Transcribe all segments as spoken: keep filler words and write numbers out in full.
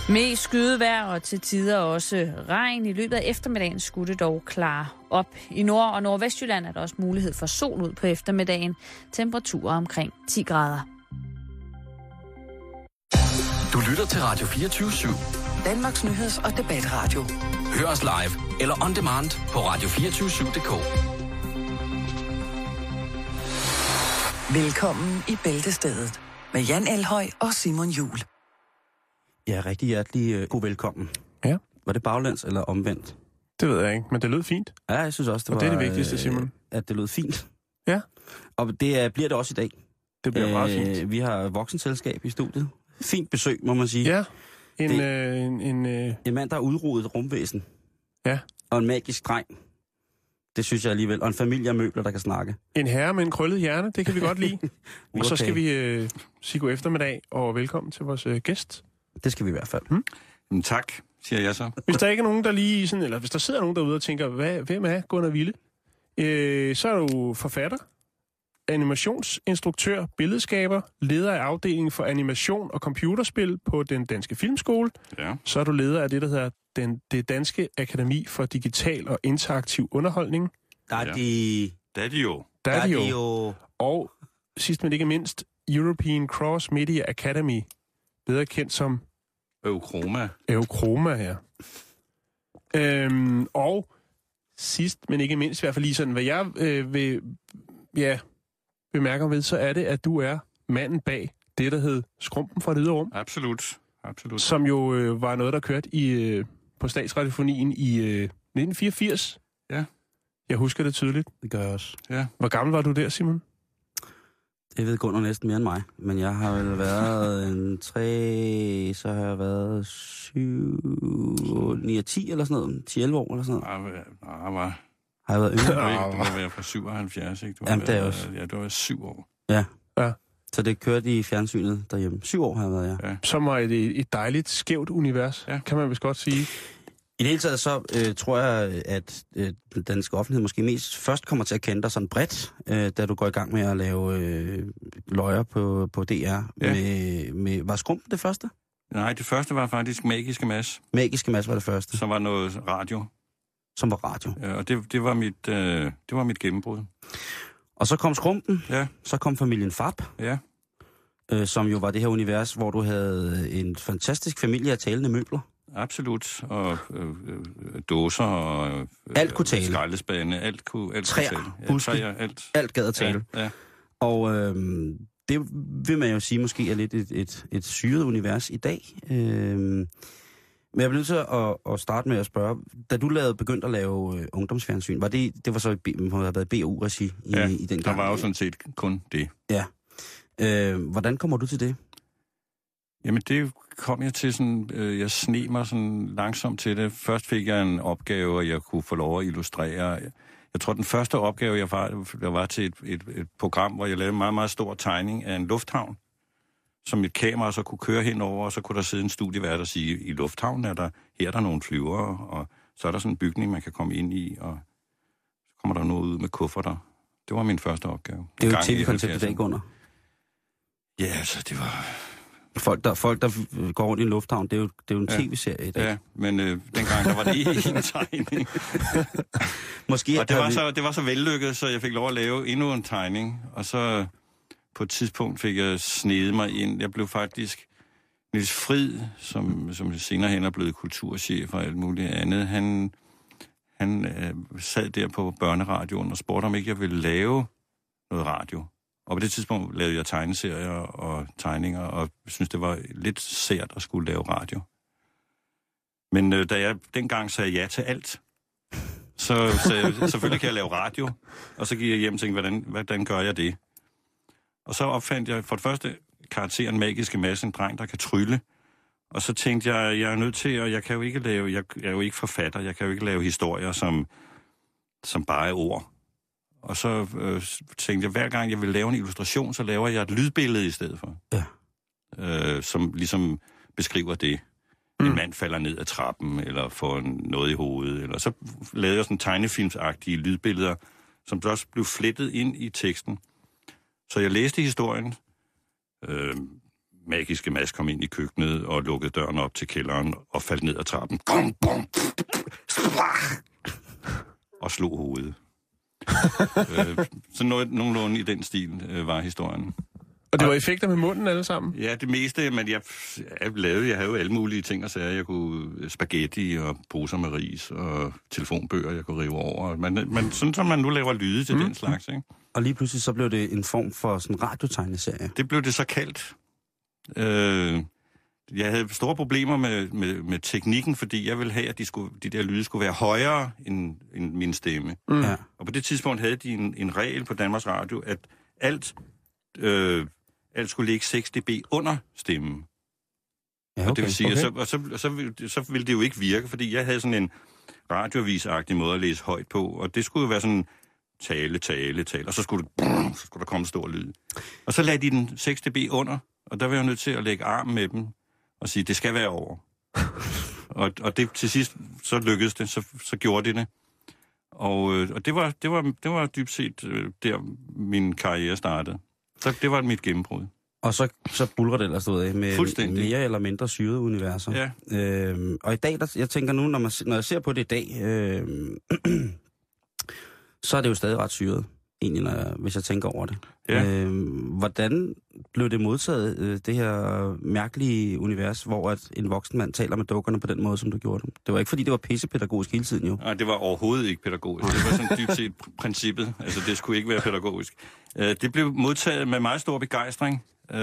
Med skydevejr og til tider også regn. I løbet af eftermiddagen skulle det dog klare op. I Nord- og Nordvestjylland er der også mulighed for sol ud på eftermiddagen. Temperaturer omkring ti grader. Du lytter til Radio fireogtyve syv. Danmarks nyheds- og debatradio. Hør os live eller on demand på radio to fire syv punktum d k. Velkommen i Bæltestedet med Jan Elhøj og Simon Juhl. Ja, rigtig hjertelig uh, god velkommen. Ja. Var det baglæns eller omvendt? Det ved jeg ikke, men det lød fint. Ja, jeg synes også, det og var... det er det vigtigste, Simon. At det lød fint. Ja. Og det uh, bliver det også i dag. Det bliver meget fint. Vi har voksenselskab i studiet. Fint besøg, må man sige. Ja. En, det, øh, en, en, øh... en mand, der har udryddet rumvæsen. Ja. Og en magisk dreng. Det synes jeg alligevel. Og en familie af møbler, der kan snakke. En herre med en krøllet hjerne, det kan vi godt lide. okay. Og så skal vi øh, sige god eftermiddag og velkommen til vores øh, gæst. Det skal vi i hvert fald. Hmm? Jamen, tak, siger jeg så. Hvis der ikke er nogen, der lige sådan, eller hvis der sidder nogen derude og tænker, hvad, hvem er Gunnar Wille? Øh, så er du forfatter, animationsinstruktør, billedskaber, leder af afdelingen for animation og computerspil på Den Danske Filmskole. Ja. Så er du leder af det, der hedder den, det Danske Akademi for Digital og Interaktiv Underholdning. Der er de... Dadio. Dadio. Og sidst men ikke mindst, European Cross Media Academy, bedre kendt som... Eukroma. Eukroma, ja. Øhm, og sidst men ikke mindst, i hvert fald lige sådan, hvad jeg øh, vil... Ja... bemærker ved, så er det, at du er manden bag det, der hed Skrumpen fra det ydre rum. Absolut. Absolut. Som jo øh, var noget, der kørte i, øh, på Statsradiofonien i øh, nitten fireogfirs. Ja. Jeg husker det tydeligt. Det gør jeg også. Ja. Hvor gammel var du der, Simon? Jeg ved Gunnar næsten mere end mig, men jeg har vel været en tre, så har jeg været syv, ni og ti eller sådan noget, ti elleve år eller sådan noget. Nej, var... Har jeg været yngre? Du var, du var fra syvoghalvfjerds, ikke? Du Jamen, det er været, også. Ja, du var syv år. Ja. Ja. Så det kørte i fjernsynet derhjemme. Syv år har jeg været, ja. ja. Som var et, et dejligt, skævt univers, ja. Kan man vist godt sige. I det hele taget så øh, tror jeg, at øh, den danske offentlighed måske mest først kommer til at kende dig sådan bredt, øh, da du går i gang med at lave øh, løjer på, på D R. Ja. Med, med, var Skrumpen det første? Nej, det første var faktisk Magiske Mads. Magiske Mads var det første. Som var noget radio. Som var radio. Ja, og det, det, var mit, øh, det var mit gennembrud. Og så kom Skrumpen. Ja. Så kom familien Fab. Ja. Øh, som jo var det her univers, hvor du havde en fantastisk familie af talende møbler. Absolut. Og øh, øh, dåser og... Øh, alt kunne tale. Skraldespande. Alt kunne, alt træer, kunne tale. Ja, buske, træer, alt. alt gad at tale. Ja, ja. Og øh, det vil man jo sige måske er lidt et, et, et syret univers i dag. Øh, Men jeg bliver nødt til at, at starte med at spørge, da du lavede, begyndte at lave øh, ungdomsfjernsyn, var det, det var så i, må have været B O-regi i, ja, i den gang? der var jo sådan set kun det. Ja. Øh, hvordan kommer du til det? Jamen det kom jeg til sådan, øh, jeg sneg mig sådan langsomt til det. Først fik jeg en opgave, og jeg kunne få lov at illustrere. Jeg tror, den første opgave, jeg var, jeg var til et, et, et program, hvor jeg lavede en meget, meget stor tegning af en lufthavn, som et kamera så kunne køre henover, og så kunne der sidde en studievært og sige, i lufthavnen er der, her er der nogle flyvere, og så er der sådan en bygning, man kan komme ind i, og så kommer der noget ud med kufferter. Det var min første opgave. Det er jo et tv-koncept i dag, Gunnar. Ja, altså det var... Folk der, folk, der går rundt i en lufthavn, det er jo, det er jo en ja. tv-serie i dag. Ja, men øh, dengang, der var det ikke en tegning. Måske og det var, vi... så, det var så vellykket, så jeg fik lov at lave endnu en tegning, og så... På et tidspunkt fik jeg snedet mig ind. Jeg blev faktisk... Niels Frid, som, som senere hen er blevet kulturchef og alt muligt andet, han, han øh, sad der på børneradioen og spurgte, om ikke jeg ville lave noget radio. Og på det tidspunkt lavede jeg tegneserier og tegninger, og synes det var lidt sært at skulle lave radio. Men øh, da jeg dengang sagde ja til alt, så sagde jeg, selvfølgelig kan jeg lave radio. Og så gik jeg hjem og tænkte, hvordan, hvordan gør jeg det? Og så opfandt jeg for det første karakteren Magiske Mads, en dreng, der kan trylle. Og så tænkte jeg, jeg er nødt til, og jeg kan jo ikke lave, jeg, jeg er jo ikke forfatter, jeg kan jo ikke lave historier, som, som bare er ord. Og så øh, tænkte jeg, hver gang jeg vil lave en illustration, så laver jeg et lydbillede i stedet for. Ja. Øh, som ligesom beskriver det. Mm. En mand falder ned ad trappen, eller får noget i hovedet. Eller så lavede jeg sådan tegnefilmsagtige lydbilleder, som så også blev flettet ind i teksten. Så jeg læste historien, øh, magiske Mads kom ind i køkkenet og lukkede døren op til kælderen og faldt ned ad trappen. Bum, bum, og slog hovedet. øh, så noget, nogenlunde i den stil øh, var historien. Og det var effekter med munden alle sammen? Ja, det meste, men jeg, jeg lavede, jeg havde jo alle mulige ting og sager. Jeg kunne spaghetti og poser med ris og telefonbøger, jeg kunne rive over. Men, men sådan som man nu laver lyde til mm. den slags, ikke? Og lige pludselig så blev det en form for sådan en radiotegneserie. Det blev det så kaldt. Øh, jeg havde store problemer med, med, med teknikken, fordi jeg ville have, at de, skulle, de der lyde skulle være højere end, end min stemme. Mm. Ja. Og på det tidspunkt havde de en, en regel på Danmarks Radio, at alt... Øh, alt skulle ligge seks decibel under stemmen. Ja, okay. Og det vil sige, okay. så, og så, og så, ville, så ville det jo ikke virke, fordi jeg havde sådan en radioavis-agtig måde at læse højt på, og det skulle jo være sådan tale, tale, tale, og så skulle, det, så skulle der komme stor lyd. Og så lagde de den seks decibel under, og der var jeg nødt til at lægge arm med dem og sige, det skal være over. og, og det til sidst, så lykkedes det, så, så gjorde de det. Og, og det, var, det, var, det var dybt set der, min karriere startede. Så det var mit gennembrud. Og så, så bulrer det ellers ud af med mere eller mindre syrede universer. Ja. Øhm, og i dag, der, jeg tænker nu, når, man, når jeg ser på det i dag, øhm, så er det jo stadig ret syret, egentlig, når jeg, hvis jeg tænker over det. Ja. Øhm, hvordan blev det modtaget, øh, det her mærkelige univers, hvor at en voksen mand taler med dukkerne på den måde, som du gjorde det? Det var ikke, fordi det var pissepædagogisk hele tiden, jo. Nej, det var overhovedet ikke pædagogisk. Det var sådan dybt set princippet. Altså, det skulle ikke være pædagogisk. Uh, det blev modtaget med meget stor begejstring. Uh,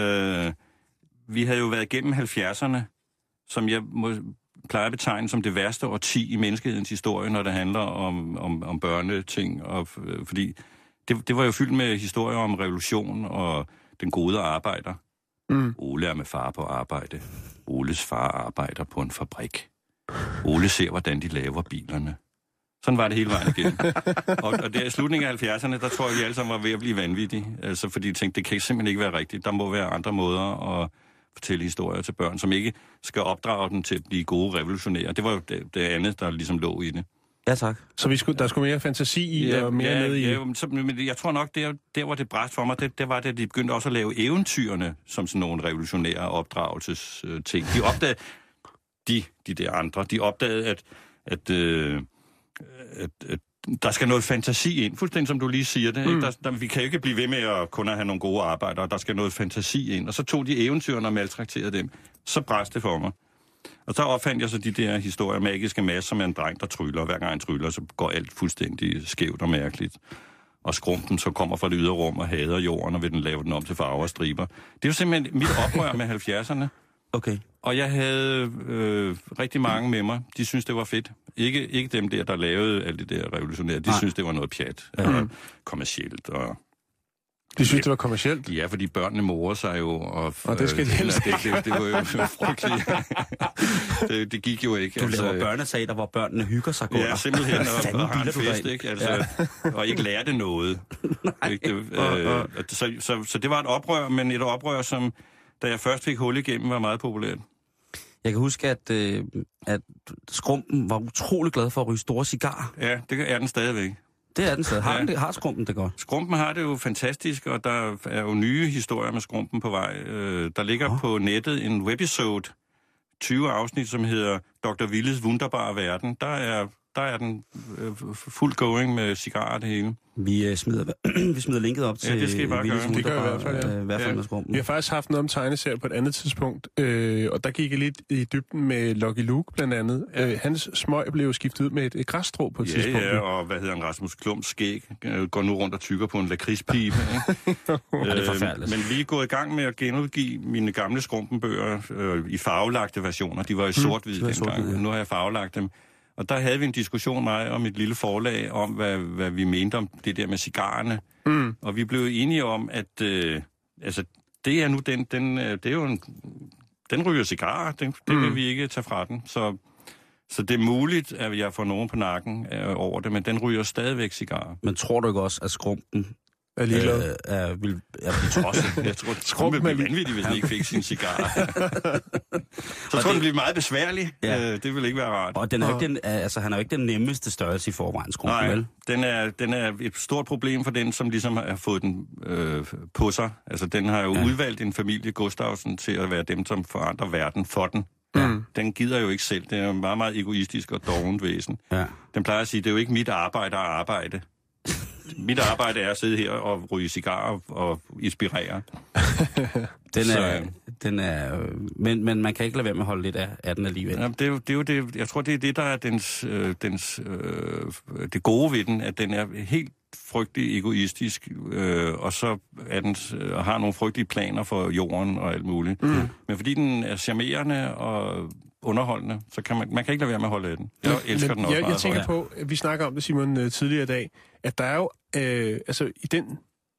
vi havde jo været igennem halvfjerdserne, som jeg må, plejer at betegne som det værste årti i menneskehedens historie, når det handler om, om, om børneting. Og, uh, fordi det, det var jo fyldt med historier om revolution og den gode arbejder. Mm. Ole er med far på arbejde. Oles far arbejder på en fabrik. Ole ser, hvordan de laver bilerne. Sådan var det hele vejen igennem. og, og der i slutningen af halvfjerdserne, der tror jeg, vi alle sammen var ved at blive vanvittige. Altså, fordi jeg tænkte, det kan simpelthen ikke være rigtigt. Der må være andre måder at fortælle historier til børn, som ikke skal opdrage dem til at blive gode revolutionære. Det var jo det, det andet, der ligesom lå i det. Ja, tak. Så vi skulle, der skulle mere fantasi i ja, og mere ja, ned i... Ja, så, men jeg tror nok, der, der var det bræst for mig, det, det var det, at de begyndte også at lave eventyrene som sådan nogle revolutionære opdragelsesting. De opdagede, de, de der andre, de opdagede, at, at, øh, at, at der skal noget fantasi ind, fuldstændig som du lige siger det. Mm. Der, der, vi kan jo ikke blive ved med at kun at have nogle gode arbejdere, der skal noget fantasi ind. Og så tog de eventyrene og maltrakterede dem. Så bræst det for mig. Og så opfandt jeg så de der historier, magiske Mads, som er en dreng, der tryller. Hver gang han tryller, så går alt fuldstændig skævt og mærkeligt. Og Skrumpen, så kommer fra det ydre rum og hader jorden, og vil den lave den om til farver og striber. Det er jo simpelthen mit oprør med halvfjerdserne. Okay. Og jeg havde øh, rigtig mange med mig. De synes det var fedt. Ikke, ikke dem der, der lavede alt det der revolutionære. De Nej. synes det var noget pjat. Mm. Og kommercielt og... De synes, det var kommercielt? Ja, fordi børnene morer sig jo. Og, og det skal de helst det, det, det var jo frygteligt. det, det gik jo ikke. Du altså, laver børneteater, hvor børnene hygger sig godt. Ja, simpelthen. Og, og har en fest, ikke? Altså, ja. Og ikke lærte noget. ikke? Det, øh, så, så, så det var et oprør, men et oprør, som, da jeg først fik hul igennem, var meget populært. Jeg kan huske, at, øh, at Skrumpen var utrolig glad for at ryge store cigarer. Ja, det er den stadigvæk. Det er den stadig. Har, ja. det, har Skrumpen det godt? Skrumpen har det jo fantastisk, og der er jo nye historier med Skrumpen på vej. Der ligger oh. på nettet en webisode, tyve afsnit, som hedder doktor Willes Wunderbare Verden. Der er, der er den uh, fuld going med cigarer det hele. Vi, uh, smider, vi smider linket op til ja, det skal I bare Willes gøre. Det gør i hvert fald, ja. uh, hvert fald ja. med Skrumpen. Vi har faktisk haft noget om tegneserier på et andet tidspunkt, øh, og der gik jeg lidt i dybden med Lucky Luke blandt andet. Ja. Øh, hans smøg blev skiftet ud med et, et græsstrå på et ja, tidspunkt. Ja, og hvad hedder han, Rasmus Klumps skæg, går nu rundt og tykker på en lakridspibe. øh, det er forfærdeligt. Men vi er gået i gang med at genudgive mine gamle Skrumpenbøger øh, i farvelagte versioner. De var i sort-hvid hmm, dengang. Ja. Nu har jeg farvelagt dem. Og der havde vi en diskussion, mig og mit lille forlag, om hvad, hvad vi mente om det der med cigarerne. Mm. Og vi blev enige om, at øh, altså, det er nu den, den, det er jo en, den ryger cigarer, den, det vil mm. vi ikke tage fra den. Så, så det er muligt, at jeg får nogen på nakken øh, over det, men den ryger stadigvæk cigarer. Men tror du ikke også, at Skrumpen er ligeglad. Øh, er, vil, er blive tosset. Jeg tror, Skrump ville blive vanvittig, hvis den ikke fik sin cigar. Så tror den bliver meget besværlig. Ja. Øh, det vil ikke være rart. Og den er jo ikke den, altså, han er jo ikke den nemmeste størrelse i forvejen, Skrump, Nej, vel? Den er, den er et stort problem for den, som ligesom har fået den øh, på sig. Altså, den har jo ja. udvalgt en familie, Gustavsen, til at være dem, som forandrer verden for den. Ja. Den gider jo ikke selv. Det er jo meget, meget egoistisk og dovent væsen. Ja. Den plejer at sige, det er jo ikke mit arbejde at arbejde. Mit arbejde er at sidde her og ryge cigarer og inspirere. den er, den er, men, men man kan ikke lade være med at holde lidt af, af den alligevel. Ja, det, er jo, det er jo det, jeg tror, det er det, der er dens, øh, dens, øh, det gode ved den, at den er helt frygtelig egoistisk, øh, og så er den, øh, har nogle frygtelige planer for jorden og alt muligt. Mm. Men fordi den er charmerende og underholdende, så kan man, man kan ikke lade være med at holde af den. Jeg elsker Men den også jeg, meget. Jeg tænker på, vi snakker om det, Simon, tidligere i dag, at der er jo, øh, altså i den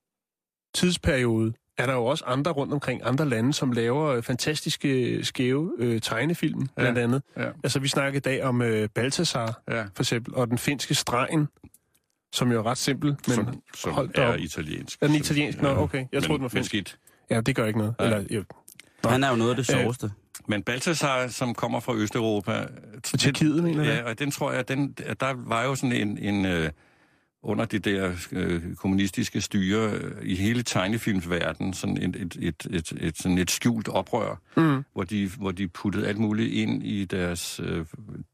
tidsperiode, er der jo også andre rundt omkring, andre lande, som laver fantastiske, skæve øh, tegnefilm, blandt ja. andet. Ja. Altså vi snakker i dag om øh, Balthasar, ja. for eksempel, og den finske Stregen, som jo er ret simpel, men som, som hold er op. italiensk. Er den italiensk? Nå, okay. Jeg men, troede, den var finsk. Skidt. Ja, det gør ikke noget. Ja. Eller, jo. Han er jo noget af det sjoveste. Øh, Men Balthasar, som kommer fra Østeuropa... Tjekkiet, mener jeg. Ja, og den tror jeg, den, der var jo sådan en... en øh, under det der øh, kommunistiske styre øh, i hele tegnefilmsverdenen, sådan et, et, et, et, et, sådan et skjult oprør, mm. hvor, de, hvor de puttede alt muligt ind i deres... Øh,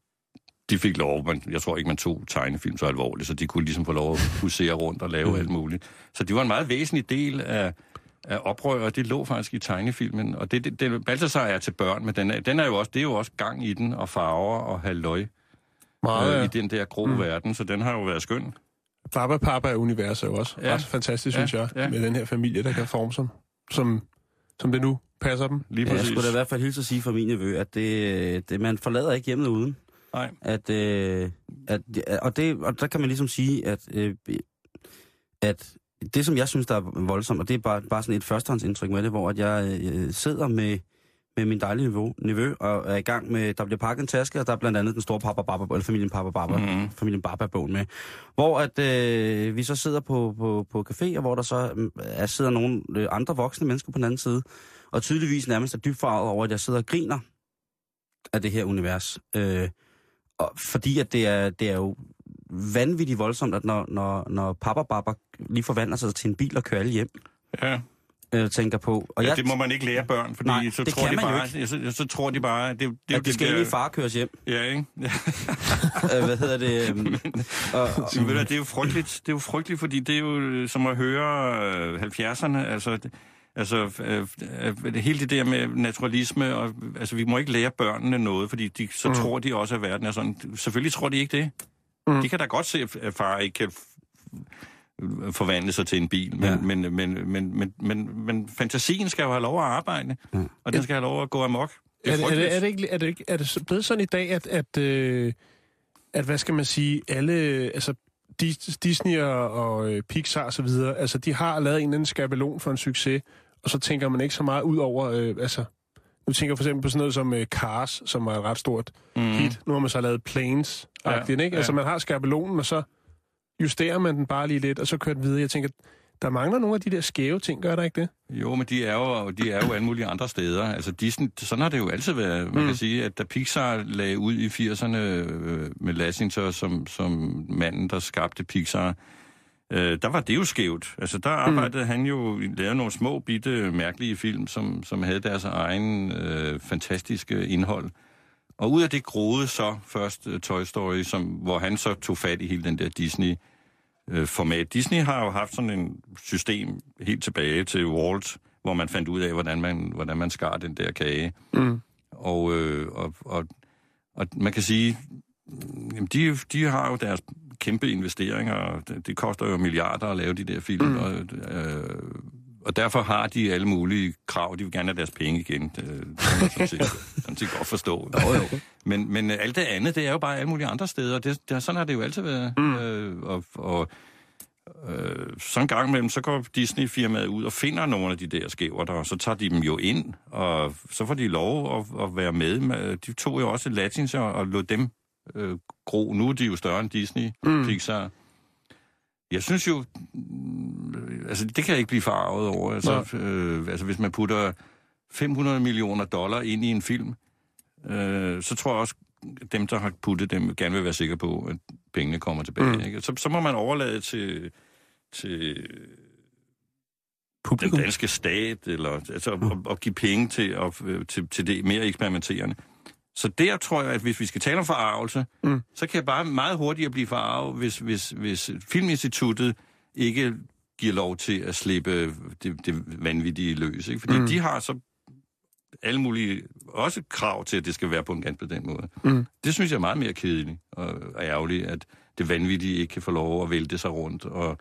de fik lov, men jeg tror ikke, man tog tegnefilm så alvorligt, så de kunne ligesom få lov at husere rundt og lave mm. alt muligt. Så det var en meget væsentlig del af... af oprør, og det lå faktisk i tegnefilmen. Og det, det, det Balthasar er til børn, men den er, den er jo også, det er jo også gang i den, og farver og halløj meget, øh, ja. i den der grå mm. verden, så den har jo været skøn. Baba Papa-universet er jo også ja. ret fantastisk, synes ja. jeg, ja. med den her familie, der kan forme som, som, som det nu passer dem. Lige ja, jeg skulle da i hvert fald hilse at sige for min nevø, at det, det, man forlader ikke hjemmet uden. Nej. At, øh, at, og, det, og der kan man ligesom sige, at, øh, at det, som jeg synes, der er voldsomt, og det er bare, bare sådan et førstehåndsindtryk med det, hvor at jeg øh, sidder med, med min dejlige nevø, nevø og er i gang med, der bliver pakket en taske, og der er blandt andet den store Papa Baba, eller familien Papa Baba, mm-hmm. familien Baba-bogen med, hvor at øh, vi så sidder på, på, på café, og hvor der så er, sidder nogle øh, andre voksne mennesker på den anden side, og tydeligvis nærmest er dybt farvet over, at jeg sidder og griner af det her univers. Øh, og fordi at det er, det er jo vanvittigt voldsomt, at når, når, når Papa Baba lige forvandler sig til en bil og kører alle hjem, ja. øh, tænker på. Og ja, jeg, det må man ikke lære børn, fordi nej, så, det tror de bare, så, så tror de bare, det, det, det at det skal egentlig far køres hjem. Ja, ikke? øh, hvad hedder det? Men, og, og, så, det er jo frygteligt, det er jo frygteligt, fordi det er jo som at høre øh, halvfjerdserne, altså... Altså, øh, øh, hele det der med naturalisme, og, altså, vi må ikke lære børnene noget, fordi de, så mm. tror de også, at verden er sådan. Selvfølgelig tror de ikke det. Mm. De kan da godt se, at far ikke kan forvandle sig til en bil, men, ja. men, men, men, men, men, men fantasien skal jo have lov at arbejde, ja. og den skal have lov at gå amok. Det er, er, det, er, det ikke, er, det ikke, er det blevet sådan i dag, at, at, øh, at hvad skal man sige, alle... Altså, Disney og, og Pixar og så videre, altså de har lavet en eller anden skabelon for en succes, og så tænker man ikke så meget ud over, øh, altså, nu tænker jeg for eksempel på sådan noget som øh, Cars, som var et ret stort mm. hit. Nu har man så lavet Planes-agtigt, ja, ikke? Altså ja. Man har skabelonen, og så justerer man den bare lige lidt, og så kører den videre. Jeg tænker, der mangler nogle af de der skæve ting, gør der ikke det? Jo, men de er jo, de er jo alle mulige andre steder. Altså Disney, sådan har det jo altid været. Man mm. kan sige, at da Pixar lagde ud i firserne øh, med Lasseter som, som manden, der skabte Pixar, øh, der var det jo skævt. Altså der arbejdede mm. han jo, lavede nogle små, bitte, mærkelige film, som, som havde deres egen øh, fantastiske indhold. Og ud af det groede så først uh, Toy Story, som, hvor han så tog fat i hele den der Disney format. Disney har jo haft sådan en system helt tilbage til Walt, hvor man fandt ud af, hvordan man, hvordan man skar den der kage. Mm. Og, øh, og, og, og man kan sige, jamen de, de har jo deres kæmpe investeringer, og det, det koster jo milliarder at lave de der film, mm. og, øh, og derfor har de alle mulige krav. De vil gerne have deres penge igen. Det, det kan man sådan set, sådan set godt forstå. Jo, jo. Men, men alt det andet, det er jo bare alle mulige andre steder. Det, det, sådan har det jo altid været. Mm. Øh, og og øh, så en gang imellem, så går Disney-firmaet ud og finder nogle af de der skæver der, og så tager de dem jo ind, og så får de lov at, at være med. De tog jo også Latins og, og lod dem øh, gro. Nu er de jo større end Disney, mm. Pixar. Jeg synes jo, altså, det kan jeg ikke blive farvet over. Altså, øh, altså, hvis man putter fem hundrede millioner dollar ind i en film, øh, så tror jeg også, dem, der har puttet dem, gerne vil være sikre på, at pengene kommer tilbage. Mm. Ikke? Så, så må man overlade til, til publikum, den danske stat, eller altså, mm. at, at give penge til, at, til, til det mere eksperimenterende. Så der tror jeg, at hvis vi skal tale om forarvelse, mm. så kan jeg bare meget hurtigere blive forarvet, hvis, hvis, hvis Filminstituttet ikke giver lov til at slippe det, det vanvittige løs. Ikke? Fordi mm. de har så alle mulige også krav til, at det skal være på en ganske den måde. Mm. Det synes jeg er meget mere kedeligt og ærgerligt, at det vanvittige ikke kan få lov at vælte sig rundt og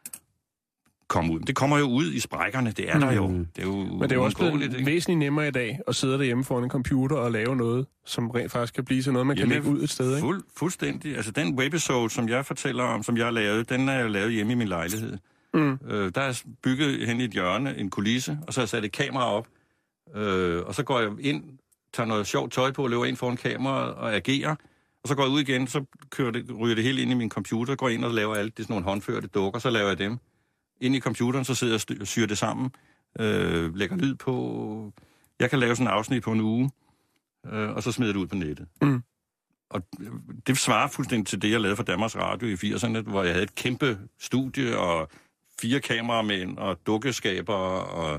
komme ud. Det kommer jo ud i sprækkerne, det er der jo. Det er jo Men det er jo også blevet væsentligt nemmere i dag at sidde derhjemme foran en computer og lave noget, som rent faktisk kan blive sådan noget, man Jamen, kan lægge ud et sted. Ikke? Fuld, fuldstændig. Altså den webisode, som jeg fortæller om, som jeg har lavet, den er jeg lavet hjemme i min lejlighed. Mm. Øh, der er bygget hen i et hjørne en kulisse, og så har jeg sat et kamera op, øh, og så går jeg ind, tager noget sjovt tøj på, løber ind foran kameraet og agerer, og så går jeg ud igen, så kører det, ryger det hele ind i min computer, går ind og laver alt det sådan nogle håndførte dukker, så laver jeg dem. Ind i computeren, så sidder jeg og syr det sammen, øh, lægger lyd på. Jeg kan lave sådan en afsnit på en uge, øh, og så smider det ud på nettet. Mm. Og det svarer fuldstændig til det, jeg lavede for Danmarks Radio i firserne, hvor jeg havde et kæmpe studie, og fire kameramænd, og dukkeskaber, og,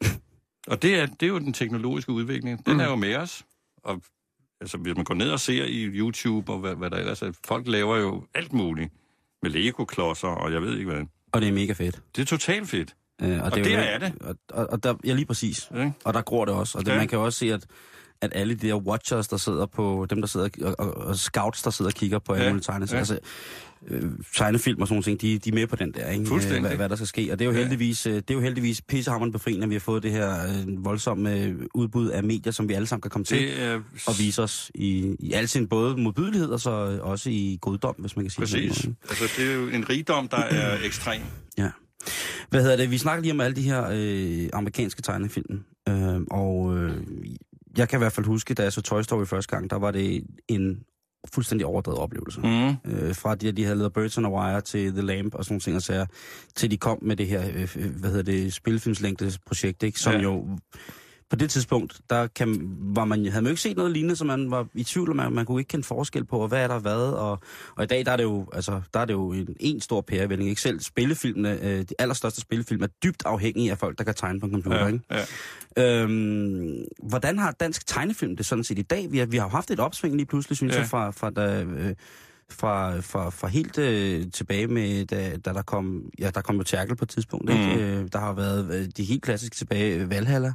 og det, er, det er jo den teknologiske udvikling. Den mm. er jo med os. Og altså, hvis man går ned og ser i YouTube, og hvad, hvad der ellers er, folk laver jo alt muligt. Med Lego-klodser, og jeg ved ikke hvad. Og det er mega fedt. Det er totalt fedt. Øh, og, og det der er, er det. Og, og, og der, ja, lige præcis. Ja. Og der gror det også. Og det, ja. Man kan også se, at, at alle de der watchers, der sidder på, dem der sidder, og, og, og scouts, der sidder og kigger på alle ja. mulige tegnes, ja. altså, øh, tegnefilm og sådan nogle ting, de, de er med på den der, ikke? Fuldstændig. Hvad, hvad der skal ske. Og det er jo ja. heldigvis, det er jo heldigvis pissehammerende befriende, at vi har fået det her øh, voldsomme udbud af medier, som vi alle sammen kan komme til det er... og vise os i, i al sin både modbydelighed og så også i goddom, hvis man kan sige det. Præcis. Altså, det er jo en rigdom, der er ekstrem. Ja. Hvad hedder det? Vi snakker lige om alle de her øh, amerikanske tegnefilm, øh, og øh, jeg kan i hvert fald huske, da jeg så Toy Story første gang, der var det en fuldstændig overdrevet oplevelse. Mm. Øh, fra de, de havde lavet Birds on a Wire til The Lamp og sådan nogle ting, og sager, til de kom med det her, øh, hvad hedder det, spilfilmslængdes projekt, ikke? Som ja. jo... På det tidspunkt, der kan, var man, havde man jo ikke set noget lignende, så man var i tvivl, man, man kunne ikke kende forskel på, hvad er der hvad, og, og i dag, der er det jo, altså, der er det jo en, en stor pærevælling, ikke selv spillefilmene, øh, de allerstørste spillefilm er dybt afhængige af folk, der kan tegne på en computer, ja, ikke? Ja. Øhm, hvordan har dansk tegnefilm det sådan set i dag? Vi har, vi har jo haft et opsving lige pludselig, synes ja. jeg, fra, fra da... Øh, Fra, fra, fra helt øh, tilbage med, da, da der kom, ja, der kom jo Terkel på et tidspunkt, ikke? Mm. Øh, der har været øh, de helt klassiske tilbage, Valhalla,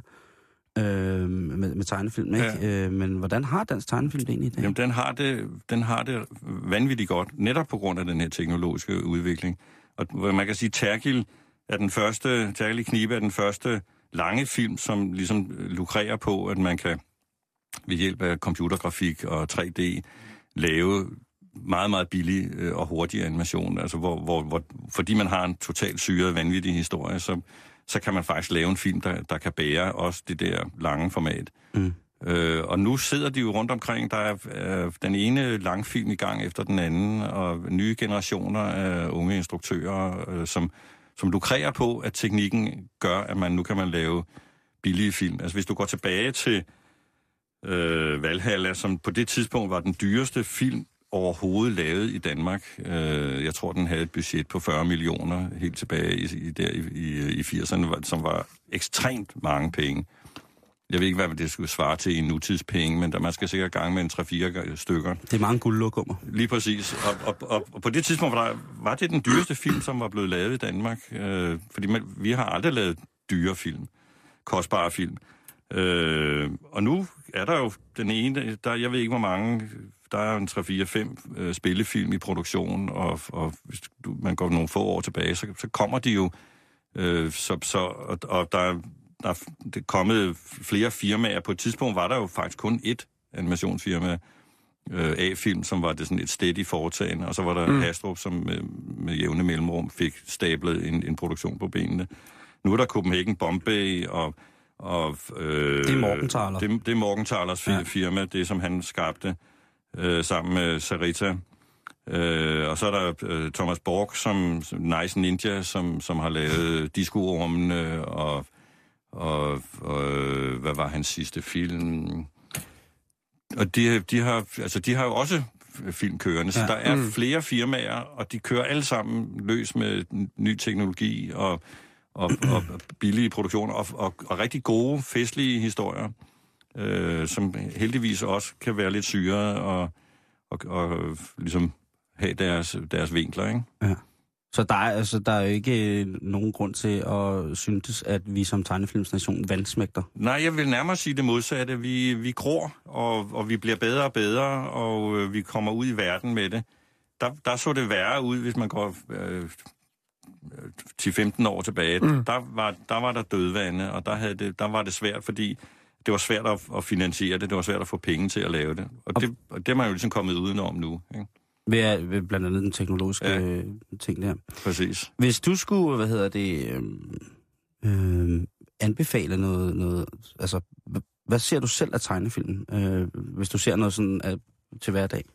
Øh, med, med tegnefilm, ikke? Ja. Øh, men hvordan har dansk tegnefilm det egentlig i dag? Jamen, den har det, den har det vanvittigt godt, netop på grund af den her teknologiske udvikling. Og man kan sige, at Terkel er den første, Terkel i Knibe er den første lange film, som ligesom lukrerer på, at man kan ved hjælp af computergrafik og tre D lave meget, meget billig og hurtig animation. Altså, hvor, hvor, hvor, fordi man har en totalt syret, vanvittig historie, så så kan man faktisk lave en film, der, der kan bære også det der lange format. Mm. Øh, og nu sidder de jo rundt omkring, der er øh, den ene langfilm i gang efter den anden, og nye generationer af unge instruktører, øh, som, som lukrerer på, at teknikken gør, at man nu kan man lave billige film. Altså hvis du går tilbage til øh, Valhalla, som på det tidspunkt var den dyreste film overhovedet lavet i Danmark. Jeg tror, den havde et budget på fyrre millioner helt tilbage i, i, der, i, i firserne, som var ekstremt mange penge. Jeg ved ikke, hvad det skulle svare til i nutidspenge, men der man skal sikkert gange med en tre fire stykker. Det er mange guldlokummer. Lige præcis. Og, og, og, og på det tidspunkt var, der, var det den dyreste film, som var blevet lavet i Danmark. Øh, fordi man, vi har aldrig lavet dyre film. Kostbare film. Øh, og nu er der jo den ene, der, jeg ved ikke, hvor mange... Der er en tre fire fem øh, spillefilm i produktion, og, og hvis du, man går nogle få år tilbage, så, så kommer de jo, øh, så, så, og, og der, der er det kommet flere firmaer. På et tidspunkt var der jo faktisk kun ét animationsfirma, øh, A-film, som var det sådan et steady foretagende, og så var der mm. Hastrup, som med, med jævne mellemrum fik stablet en, en produktion på benene. Nu er der Copenhagen Bombay, og... og øh, det er Morgenthaler. Det, det er Morgenthalers ja. firma, det som han skabte. Øh, sammen med Sarita. Øh, og så er der øh, Thomas Borg, som, som Nice Ninja, som, som har lavet Disco-ormene, og, og, og hvad var hans sidste film? Og de, de, har, altså, de har jo også film kørende, så ja. der er mm. flere firmaer, og de kører alle sammen løs med ny teknologi og, og, og billige produktioner, og, og, og rigtig gode, festlige historier, øh, som heldigvis også kan være lidt syrede og, og, og ligesom have deres, deres vinkler, ikke? Ja. Så der er, altså, der er jo ikke nogen grund til at synes, at vi som tegnefilmsnation vandsmægter? Nej, jeg vil nærmere sige det modsatte. Vi, vi gror, og, og vi bliver bedre og bedre, og øh, vi kommer ud i verden med det. Der, der så det værre ud, hvis man går øh, ti til femten år tilbage. Mm. Der, var, der var der dødvande, og der, havde det, der var det svært, fordi det var svært at, at finansiere det. Det var svært at få penge til at lave det. Og det, og det er man jo ligesom kommet udenom nu, ikke? Ved, ved blandt andet den teknologiske ja. ting der. Præcis. Hvis du skulle, hvad hedder det, øh, øh, anbefale noget, noget, altså, hvad ser du selv af tegnefilmen, øh, hvis du ser noget sådan øh, til hverdag?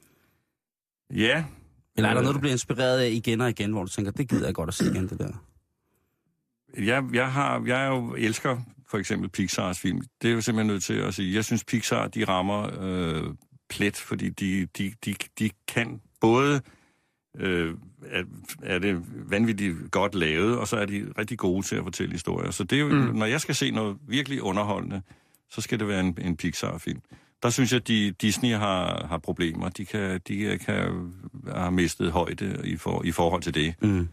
Ja. Eller er der noget, du bliver inspireret af igen og igen, hvor du tænker, det gider jeg godt at se igen, det der? Jeg, jeg, har, jeg jo elsker for eksempel Pixars film. Det er jo simpelthen nødt til at sige. Jeg synes, Pixar, de rammer øh, plet, fordi de, de, de, de kan både, øh, er, er det vanvittigt godt lavet, og så er de rigtig gode til at fortælle historier. Så det er jo, mm. når jeg skal se noget virkelig underholdende, så skal det være en, en Pixar-film. Der synes jeg, at de, Disney har, har problemer. De kan, de kan have mistet højde i, for, i forhold til det. Mm.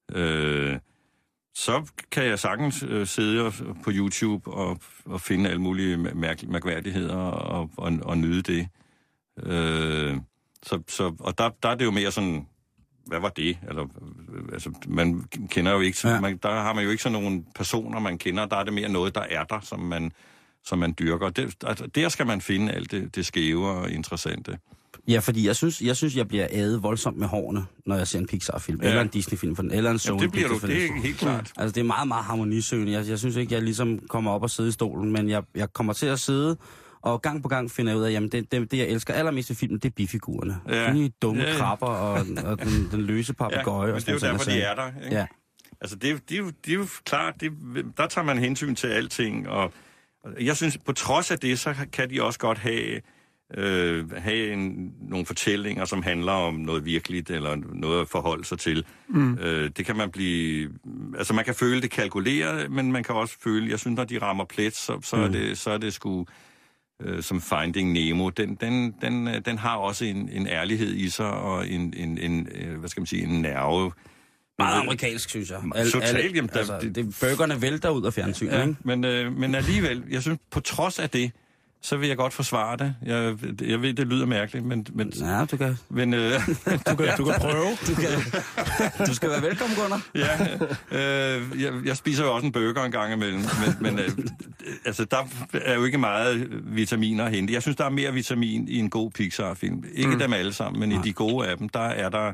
Øh, så kan jeg sagtens øh, sidde på YouTube og, og finde alle mulige mærk- mærkværdigheder og, og, og nyde det. Øh, så, så, og der, der er det jo mere sådan, hvad var det? Eller, altså, man kender jo ikke, ja. man, der har man jo ikke sådan nogle personer, man kender. Der er det mere noget, der er der, som man, som man dyrker. Det, altså, der skal man finde alt det, det skæve og interessante. Ja, fordi jeg synes, jeg synes, jeg bliver ædet voldsomt med hårene, når jeg ser en Pixar-film, ja. eller en Disney-film, for den, eller en Sony. Ja, det bliver du, det er helt klart. Altså, det er meget, meget harmonisøgende. Jeg, jeg synes ikke, jeg ligesom kommer op og sidder i stolen, men jeg, jeg kommer til at sidde, og gang på gang finder jeg ud af, jamen, det, det, det jeg elsker allermest i filmen, det er bifigurerne. Ja. De dumme ja, ja. krabber og, og den, den løse papegøje. Ja, men det er jo derfor, de er der, ikke? Ja. Altså, det, det, det, det er jo klart, det, der tager man hensyn til alting, og, og jeg synes, på trods af det, så kan de også godt have... Øh, have en, nogle fortællinger, som handler om noget virkeligt, eller noget at forholde sig til. Mm. Øh, det kan man blive... Altså, man kan føle det kalkuleret, men man kan også føle... Jeg synes, når de rammer plet, så, så, mm. er, det, så er det sgu øh, som Finding Nemo. Den, den, den, den har også en, en ærlighed i sig, og en, en, en hvad skal man sige, en nerve. Meget amerikansk, synes jeg. Al, Totalt, jamen, der, altså, det, burgerne vælter ud af fjernsynet, ja, ikke? Men, øh, men alligevel, jeg synes, på trods af det, så vil jeg godt forsvare det. Jeg, jeg ved, det lyder mærkeligt, men... men ja, du kan... Men, øh, du, kan du kan prøve. Du, kan, du skal være velkommen, Gunnar. Ja, øh, jeg, jeg spiser jo også en burger en gang imellem, men, men øh, altså, der er jo ikke meget vitaminer at hente. Jeg synes, der er mere vitamin i en god Pixar-film. Ikke mm. dem alle sammen, men Nej. i de gode af dem, der er der...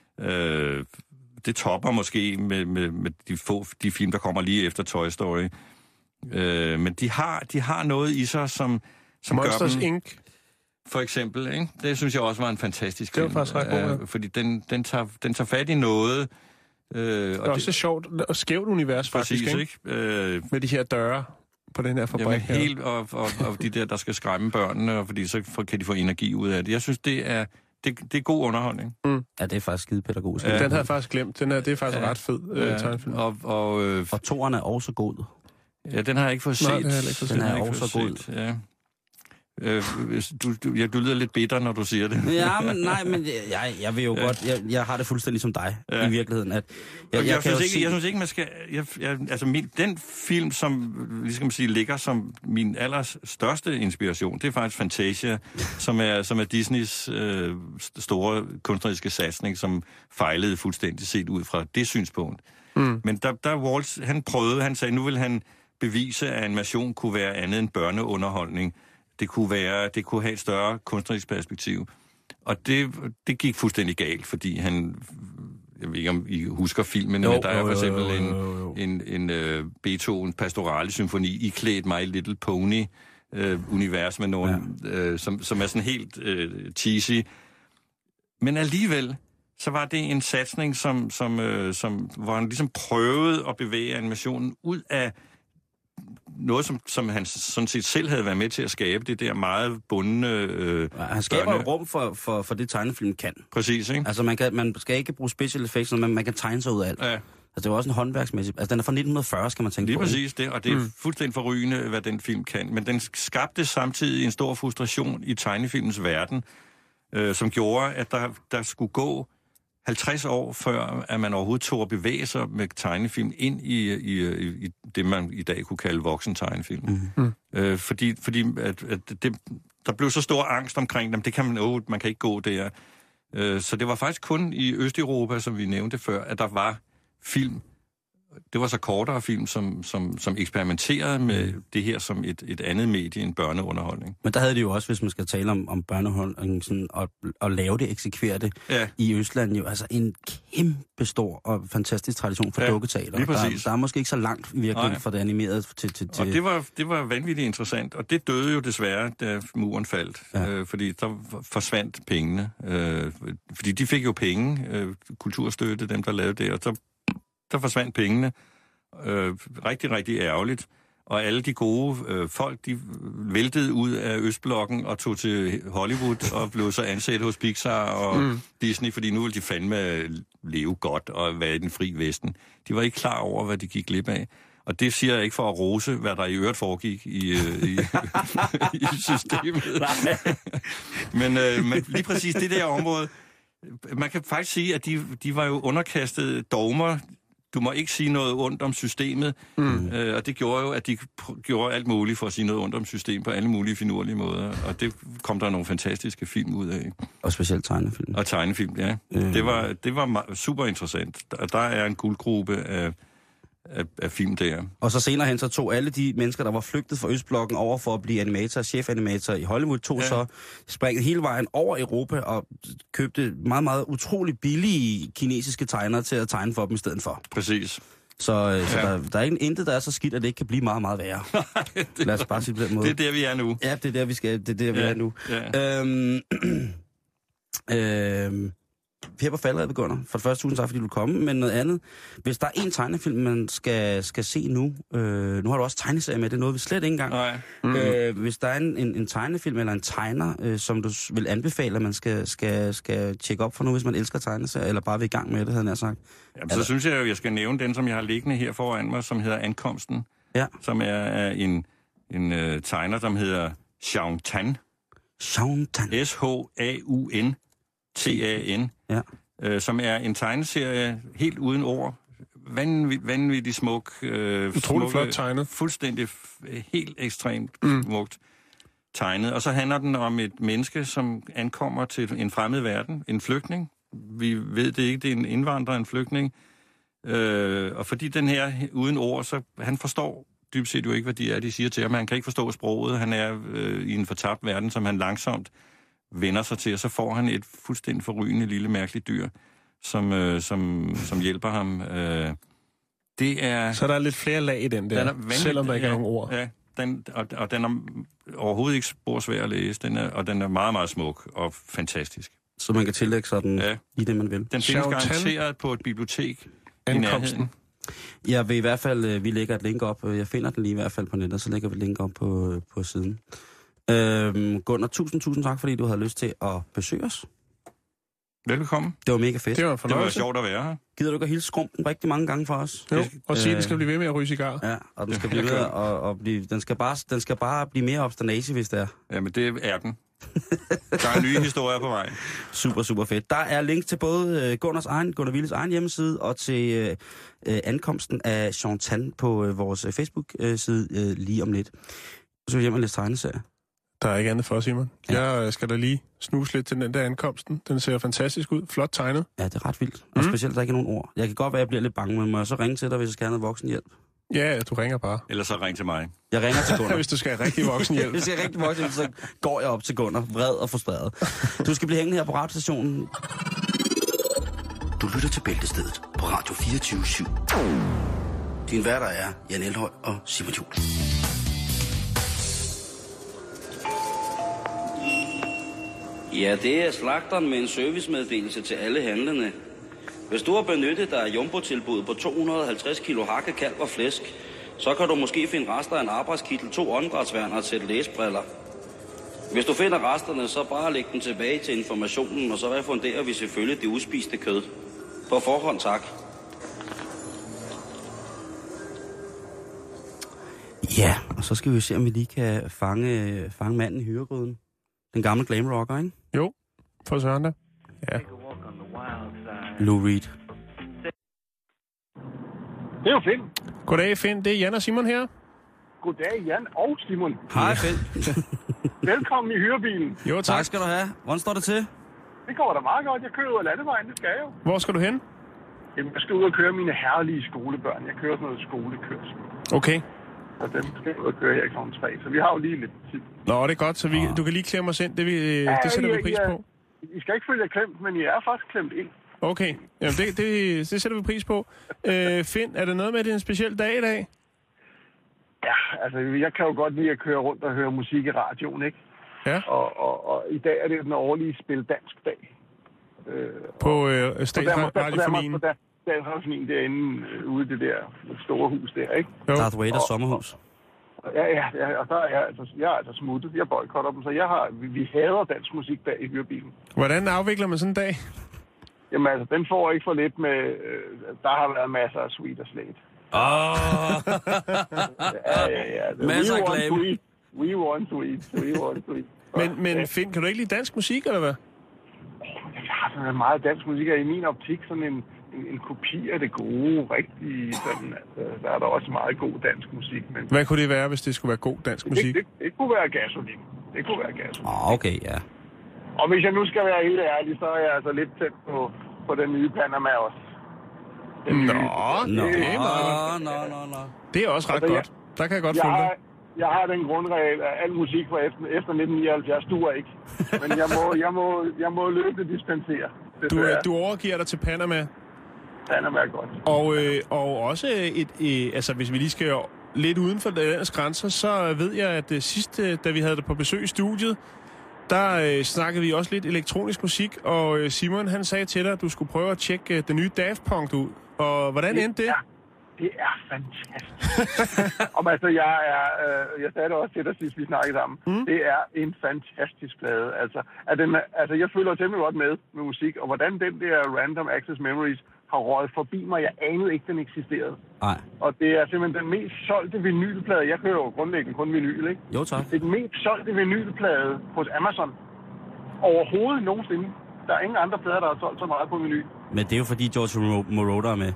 Øh, det topper måske med, med, med de, få, de film, der kommer lige efter Toy Story. Øh, men de har, de har noget i sig, som, som gør Monsters dem... Incorporated. For eksempel, ikke? Det synes jeg også var en fantastisk film. Det var faktisk ret god, øh, fordi den, den, tager, den tager fat i noget... Øh, det er og også det, sjovt og skævt univers, faktisk, præcis, ikke? ikke? Øh, med de her døre på den her fabrik. Jamen, helt, og, og, og de der, der skal skræmme børnene, og fordi så kan de få energi ud af det. Jeg synes, det er... Det, det er god underholdning. Mm. Ja, det er faktisk skide pædagogisk. Ja. Den havde jeg faktisk glemt. Den er, det er faktisk ja. ret fed ja. øh, tegnefilm. Og, og, øh, og toeren er også god. Ja, den har jeg ikke fået set. Nej, den, ikke den er også god. Ja. Øh, du, du, jeg, du lyder lidt bitter, når du siger det. Ja, men nej, men jeg, jeg vil jo ja. godt... Jeg, jeg har det fuldstændig som dig, ja. i virkeligheden. At jeg, jeg, jeg, synes ikke, se... jeg synes ikke, man skal... Jeg, jeg, altså, min, den film, som ligesom man sige, ligger som min allerstørste inspiration, det er faktisk Fantasia, som er, som er Disneys øh, store kunstneriske satsning, som fejlede fuldstændig set ud fra det synspunkt. Mm. Men der, der Walt, han prøvede, han sagde, nu vil han bevise, at animation kunne være andet end børneunderholdning. Det kunne være, det kunne have et større kunstnerisk perspektiv. Og det, det gik fuldstændig galt, fordi han, jeg ved ikke om I husker filmen, jo, men der er for eksempel jo, jo, jo. en, en, en uh, Beethoven pastorale symfoni iklædt My Little Pony uh, univers med nogen, ja. uh, som, som er sådan helt uh, cheesy. Men alligevel, så var det en satsning, som, som, øh, som, hvor han ligesom prøvede at bevæge animationen ud af noget, som, som han sådan set selv havde været med til at skabe, det der meget bundne... Øh, ja, han skaber et rum for, for, for det, tegnefilm kan. Præcis, ikke? Altså, man, kan, man skal ikke bruge special effects, men man kan tegne sig ud af alt. Ja. Altså, det var også en håndværksmæssig... Altså, den er fra nitten fyrre, skal man tænke Lige på. Lige præcis det, og det er mm. fuldstændig forrygende, hvad den film kan. Men den skabte samtidig en stor frustration i tegnefilmens verden, øh, som gjorde, at der, der skulle gå halvtreds år, før at man overhovedet tog at bevæge sig med tegnefilm ind i, i, i, i det, man i dag kunne kalde voksen tegnefilm. Mm. Øh, fordi fordi at, at det, der blev så stor angst omkring dem, det kan man, åh, man kan ikke gå der. Øh, så det var faktisk kun i Østeuropa, som vi nævnte før, at der var film. Det var så kortere film, som, som, som eksperimenterede med det her som et, et andet medie end børneunderholdning. Men der havde de jo også, hvis man skal tale om, om børneunderholdning, sådan, og, og lave det, eksekvere det ja. i Østland, jo altså en kæmpe stor og fantastisk tradition for ja, dukketeater. Der, der er måske ikke så langt virkelig fra det animerede til... til, til... Og det var, det var vanvittigt interessant, og det døde jo desværre, da muren faldt, ja. øh, fordi der forsvandt pengene. Øh, fordi de fik jo penge, øh, kulturstøtte, dem der lavede det, og så der forsvandt pengene. Øh, rigtig, rigtig ærgerligt. Og alle de gode øh, folk, de væltede ud af Østblokken og tog til Hollywood og blev så ansat hos Pixar og mm. Disney, fordi nu ville de fandme leve godt og være i den fri vesten. De var ikke klar over, hvad de gik glip af. Og det siger jeg ikke for at rose, hvad der i øvrigt foregik i, øh, i, i systemet. men, øh, men lige præcis det der område, man kan faktisk sige, at de, de var jo underkastet dogmer. Du må ikke sige noget ondt om systemet, mm. øh, og det gjorde jo, at de pr- gjorde alt muligt for at sige noget ondt om systemet på alle mulige finurlige måder, og det kom der nogle fantastiske film ud af. Og specielt tegnefilm. Og tegnefilm, ja. Mm. Det var, det var super interessant. Der, der er en guldgruppe af, af, af film der. Og så senere hen, så tog alle de mennesker, der var flygtet fra Østblokken over for at blive animator, chefanimator i Hollywood, tog ja. så springet hele vejen over Europa og købte meget, meget utrolig billige kinesiske tegnere til at tegne for dem i stedet for. Præcis. Så, ja. så der, der er ikke intet, der er så skidt, at det ikke kan blive meget, meget værre. Lad os bare sige på den måde. Det er der, vi er nu. Ja, det er der, vi, skal, det er der, vi ja. er nu. Ja. Øhm, øhm, her på faldet, Begynder. For det første, tusind tak, fordi du kom, men noget andet. Hvis der er en tegnefilm, man skal, skal se nu, øh, nu har du også tegneserie med, det er noget, vi slet ikke engang. Mm-hmm. Øh, hvis der er en, en, en tegnefilm eller en tegner, øh, som du vil anbefale, at man skal, skal, skal tjekke op for nu, hvis man elsker tegneserier, eller bare vil i gang med det, havde jeg nær sagt. Jamen, så altså, synes jeg jo, jeg skal nævne den, som jeg har liggende her foran mig, som hedder Ankomsten, ja. som er, er en, en uh, tegner, som hedder Shaun Tan. Shaun Tan. S H A U N T A N. Ja. Øh, som er en tegneserie helt uden ord. Vanvittig, vanvittig smuk. Øh, Utrolig flot tegnet. Fuldstændig, helt ekstremt mm. smukt tegnet. Og så handler den om et menneske, som ankommer til en fremmed verden. En flygtning. Vi ved det ikke, det er en indvandrer, en flygtning. Øh, og fordi den her uden ord, så han forstår dybest set jo ikke, hvad de er, de siger til ham. Han kan ikke forstå sproget. Han er øh, i en fortabt verden, som han langsomt vender sig til, og så får han et fuldstændig forrygende lille mærkeligt dyr, som, øh, som, som hjælper ham. Øh, det er... Så der er lidt flere lag i den der, den selvom der ikke ja, er nogen ord. Ja, den, og, og den er overhovedet ikke sporsvær at læse, den er, og den er meget, meget smuk og fantastisk. Så man kan tillægge sig den ja. i det, man vil. Den findes garanteret på et bibliotek i nærheden. Jeg vil i hvert fald, vi lægger et link op, jeg finder den lige i hvert fald på nettet, så lægger vi et link op på, på siden. Øhm, Gunnar, tusind, tusind tak, fordi du havde lyst til at besøge os. Velkommen. Det var mega fedt. Det var, det var sjovt at være her. Gider du ikke at hilse skrumpen rigtig mange gange for os? Jo, og sige, at det skal blive ved med at ryge cigar. Ja, og den skal blive ved at og blive, den skal bare, den skal bare blive mere obsternage, hvis det er. Jamen, det er den. Der er nye historier på vej. Super, super fedt. Der er link til både Gunnars egen, Gunnar Willes egen hjemmeside, og til øh, ankomsten af Shaun Tan på øh, vores Facebook-side øh, lige om lidt. Så vil jeg hjem og læse tegneserier. Der er ikke andet for, Simon. Ja. Jeg skal da lige snuse lidt til den der ankomsten. Den ser fantastisk ud. Flot tegnet. Ja, det er ret vildt. Og mm. specielt, der er ikke nogen ord. Jeg kan godt være, at jeg bliver lidt bange, men må jeg så ringe til dig, hvis jeg skal have noget voksenhjælp? Ja, du ringer bare. Eller så ring til mig. Jeg ringer til Gunnar. Hvis du skal have rigtig voksenhjælp. Hvis jeg skal have rigtig voksenhjælp, så går jeg op til Gunnar, vred og frustreret. Du skal blive hængende her på radiostationen. Du lytter til Bæltestedet på Radio fireogtyve syv. Din værter er Jan Elhøj og Simon Juhl. Ja, det er slagteren med en servicemeddelelse til alle handlende. Hvis du har benyttet dig af jumbo-tilbuddet på to hundrede og halvtreds kilo hakke, kalv og flæsk, så kan du måske finde rester af en arbejdskittel, to åndedrætsværn og et sæt læsebriller. Hvis du finder resterne, så bare læg dem tilbage til informationen, og så refunderer vi selvfølgelig det udspiste kød. På forhånd, tak. Ja, og så skal vi se, om vi lige kan fange, fange manden i hyregryden. Den gamle glam rocker, ikke? Jo, for søren da. Ja. Lou Reed. Det er jo Finn. Goddag, Finn. Det er Jan og Simon her. Goddag, Jan og Simon. Hej, Finn. Velkommen i hyrebilen. Jo, tak. Tak skal du have. Hvordan står det til? Det går da meget godt. Jeg kører ud af landevejen, det skal jeg jo. Hvor skal du hen? Jamen, jeg skal ud og køre mine herlige skolebørn. Jeg kører sådan noget skolekørsel. Okay. Og dem skal jeg ud og køre her i klokken tre, så vi har jo lige lidt tid. Nå, det er godt, så vi, du kan lige klemme os ind. Det, vi, Ja, det sætter I, vi pris I, på. I skal ikke følge jer klemt, men I er faktisk klemt ind. Okay, jamen det, det, det sætter vi pris på. Øh, Finn, er der noget med, at det er en speciel dag i dag? Ja, altså, jeg kan jo godt lide at køre rundt og høre musik i radioen, ikke? Ja. Og, og, og i dag er det den årlige Spil Dansk Dag. Øh, På øh, Statsradiofonien. På Statsradiofonien derinde øh, ude i det der store hus der, ikke? Jo. Darth Vader's sommerhus. Ja, ja, ja, og der er jeg altså, jeg er altså smuttet. Jeg boykotter dem, så jeg har, vi, vi hader dansk musik bag i hyrebilen. Hvordan afvikler man sådan en dag? Jamen altså, den får ikke for lidt med, øh, der har været masser af sweet og slet. Åh! Ja, ja, ja. Masser af we want glam. sweet, we want sweet, we want sweet. Men, men Finn, kan du ikke lide dansk musik, eller hvad? Jeg har sådan meget dansk musik, og i min optik sådan en, en, en kopi af det gode, rigtige, sådan, altså, der er der også meget god dansk musik. Men Hvad kunne det være, hvis det skulle være god dansk musik? det, det, det kunne være gasolin. Det kunne være gasolin. Åh, oh, okay, ja. Og hvis jeg nu skal være helt ærlig, så er jeg altså lidt tæt på, på den nye Panama også. Den Nå, nye. Nå, det er meget nå, nå, nå. Det er også ret Altså, godt. Der kan jeg godt Jeg følge dig. har, jeg har den grundregel, at al musik fra efter, efter nitten nioghalvfjerds duer ikke. Men jeg må, jeg må, jeg må løbende dispensere. Det Du, er, du overgiver dig til Panama. Panama er godt. Og, øh, og også et, øh, altså hvis vi lige skal lidt uden for landets grænser, så ved jeg, at det sidste, da vi havde dig på besøg i studiet, der øh, snakkede vi også lidt elektronisk musik, og øh, Simon han sagde til dig, at du skulle prøve at tjekke øh, den nye Daft Punk ud. Og hvordan Det endte det? er, det er fantastisk. Om altså, jeg er, øh, jeg sagde det også til dig sidst, vi snakkede sammen. Mm. Det er en fantastisk plade. Altså, at den, altså, jeg føler temmelig godt med med musik, og hvordan den der Random Access Memories har røget forbi mig. Jeg anede ikke, den eksisterede. Nej. Og det er simpelthen den mest solgte vinylplade. Jeg kører jo grundlæggende kun vinyl, ikke? Jo, tak. Det er den mest solgte vinylplade hos Amazon. Overhovedet nogensinde. Der er ingen andre plader, der har solgt så meget på vinyl. Men det er jo fordi George Moroder er med.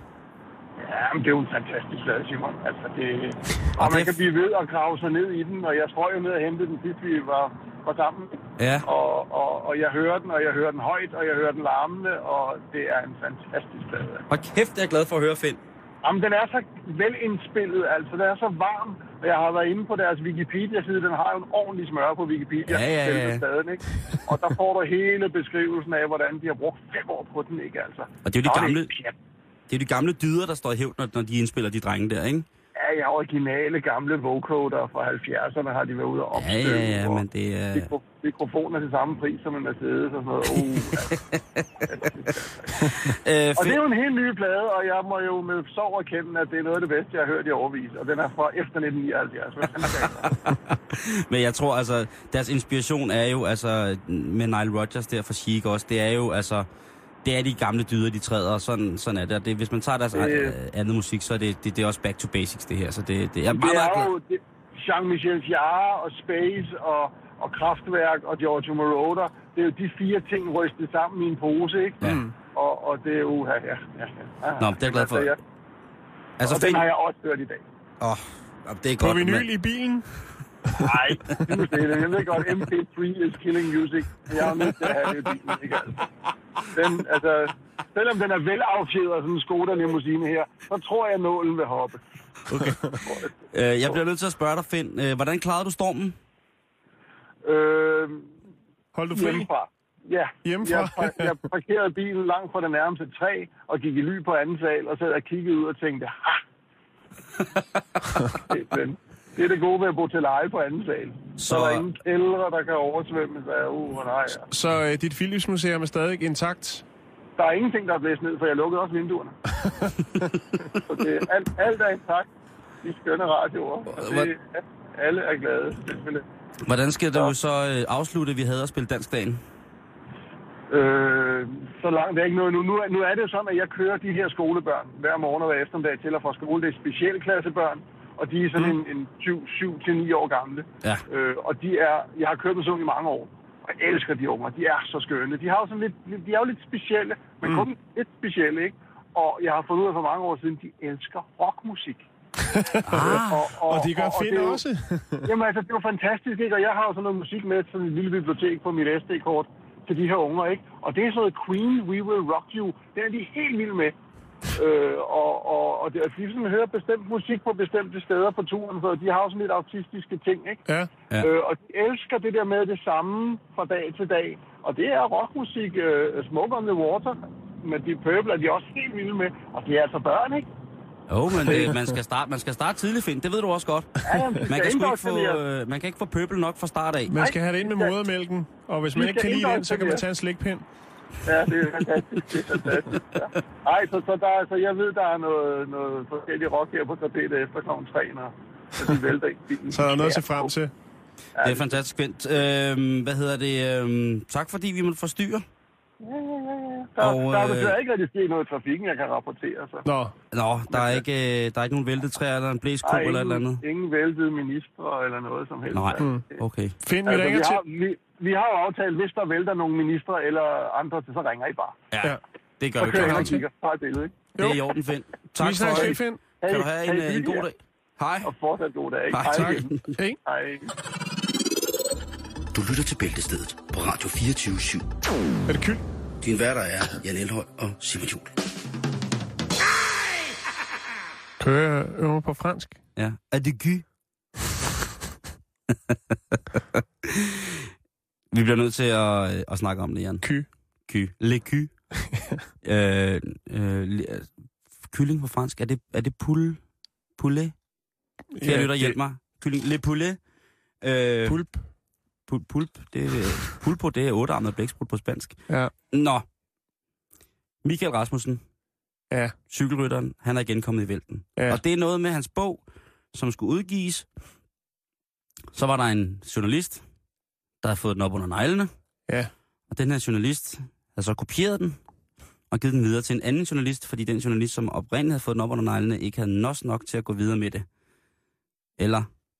Ja, men det er jo en fantastisk plade, Simon. Altså, det... Og, Og man det... kan blive ved at grave sig ned i den, og jeg strøg jo ned og hentede den sidst, vi var, var sammen. Ja. Og, og, og jeg hører den, og jeg hører den højt, og jeg hører den larmende, og det er en fantastisk plade. Og kæft, jeg er glad for at høre, Finn. Jamen, den er så velindspillet, altså. Den er så varm, og jeg har været inde på deres Wikipedia-side. Den har jo en ordentlig smør på Wikipedia. Ja, ja, ja. Staden, ikke? Og der får du hele beskrivelsen af, hvordan de har brugt fem år på den, ikke altså. Og det er jo de Nå, gamle... det er pjat. Det er de gamle dyder, der står i hævd, når, når de indspiller de drenge der, ikke? Ja, ja, originale gamle vocoder fra halvfjerdserne har de været ude og Ja, opstøve. ja, ja, men det er... Mikro, mikrofoner til samme pris som en Mercedes og sådan noget. Uh, øh, og det er jo en helt ny plade, og jeg må jo med sorg erkende, at det er noget af det bedste, jeg har hørt i overvis. Og den er fra efter nitten nioghalvfjerds. Men jeg tror altså, deres inspiration er jo, altså, med Nile Rodgers der fra Chic også, det er jo, altså... Det er de gamle dyder, de træder, og sådan, sådan er det. det. Hvis man tager deres øh, andet musik, så er det, det, det er også back to basics, det her. Så det, det er meget, det er meget jo det, Jean-Michel Jarre og Space og, og Kraftwerk og Giorgio Moroder. Det er jo de fire ting rystet sammen i en pose, ikke? Ja. Og, og det er jo... Ja, ja, ja. Nå, det er jeg glad for. Altså, Altså, og den har jeg også hørt i dag. Åh, oh, det er På godt. vinyl Men... i bilen? Nej, det er det. Jeg ved godt, M P tre is killing music. Men jeg er nødt til at have det i bilen, ikke altså. Den, altså, selvom den er velaffjedret, sådan en Skoda limousine her, så tror jeg, at nålen vil hoppe. Okay. øh, jeg bliver nødt til at spørge dig, Finn. Øh, hvordan klarede du stormen? Øh, Hold du fri? Hjemmefra. Ja. Hjemmefra? Jeg, jeg parkerede bilen langt fra det nærmeste træ, og gik i ly på anden sal, og sad og kiggede ud og tænkte, ha! Det er det gode ved at bo til leje på anden sal. Så, så der er ingen kældre, der kan oversvømmes af uh, og nej. Ja. Så øh, dit Philips Museum er stadig intakt? Der er ingenting, der er blæst ned, for jeg lukkede også vinduerne. Så det er alt, alt er intakt. De skønne radioer. Det, alle er glade, selvfølgelig. Hvordan skal du så øh, afslutte, vi havde at spille Danskdagen? Øh, så langt det er ikke noget nu. Nu er, nu er det jo sådan, at jeg kører de her skolebørn hver morgen og hver eftermiddag til og fra skole. Det er specialklassebørn, og de er sådan mm. en, en syv til ni år gamle. Ja. Øh, og de er, jeg har kørt med sådan i mange år, og jeg elsker de unger. De er så skønne. De, har jo sådan lidt, de er jo lidt specielle, men mm. kun lidt specielle, ikke? Og jeg har fundet ud af for mange år siden, de elsker rockmusik. ah, og, og, og de gør fedt også. Jamen altså, det var fantastisk, ikke? Og jeg har jo sådan noget musik med, sådan en lille bibliotek på mit S D-kort til de her unger, ikke? Og det er sådan noget Queen, We Will Rock You. Den er de helt vilde med. Øh, og, og, og det, de sådan hører bestemt musik på bestemte steder på turen, så de har jo sådan lidt autistiske ting, ikke? Ja. Ja. Øh, og de elsker det der med det samme fra dag til dag. Og det er rockmusik, uh, Smoke on the Water, men de Purple er de også helt vilde med. Og det er altså børn, ikke? Jo, men det, man, skal starte, man skal starte tidligt, Finn. Det ved du også godt. Ja, jamen, man, kan sgu ikke få, øh, man kan ikke få Purple nok fra start af. Man skal have det ind med modermælken, og hvis man ikke kan lide den, så kan man tage en slikpind. Ja, det er fantastisk. Det er fantastisk. Ja. Ej, så, så, der, så jeg ved, der er noget, noget forskellige rock her på tapetet efter klokken tre, når de vælter i bilen. Så er der noget at se frem til. Det er fantastisk, Fint. Øhm, hvad hedder det? Øhm, tak fordi vi måtte forstyrre. Ja, ja, ja. Der, og, der er desværre ikke rigtig sket noget i trafikken, jeg kan rapportere. Så. Nå, Nå der, er ikke, der er ikke nogen væltet træer eller en blæsko eller et eller andet? Ingen væltede ministre eller noget som helst. Nej, okay. Find, vi altså, ringer vi har, til... vi, vi har jo aftalt, hvis der vælter nogle ministre eller andre, så ringer I bare. Ja, ja. Det gør så vi klart. klart. Så kører jeg et billede, ikke? Det er i orden, Finn. Tak vi for det, Finn. Kan du have en, hey, en god dag? Hej. Og fortsat god dag, ikke? Hej, tak. Hej. Hej. Du lytter til Bæltestedet på Radio fireogtyve syv. Er det kyld? Din værter er Jan Elhøj og Simon Juhl. Kører jeg øver på fransk? Ja. Er det gy? Vi bliver nødt til at, at snakke om det, Jan. Ky. Ky. Le ky. øh, øh, kylling på fransk. Er det, er det poule? Poulet? Kære ja, lytter, hjælp mig. Kylling. Le poulet. Øh, Pulp. Pul, pulp. Det er, pulpo, det er ottearmet blæksprut på spansk. Ja. Nå. Michael Rasmussen. Ja. Cykelrytteren. Han er igen kommet i vælten. Ja. Og det er noget med hans bog, som skulle udgives. Så var der en journalist, der havde fået den op under neglene. Ja. Og den her journalist havde så kopieret den og givet den videre til en anden journalist, fordi den journalist, som oprindeligt havde fået den op under neglene, ikke havde nos nok til at gå videre med det. Eller...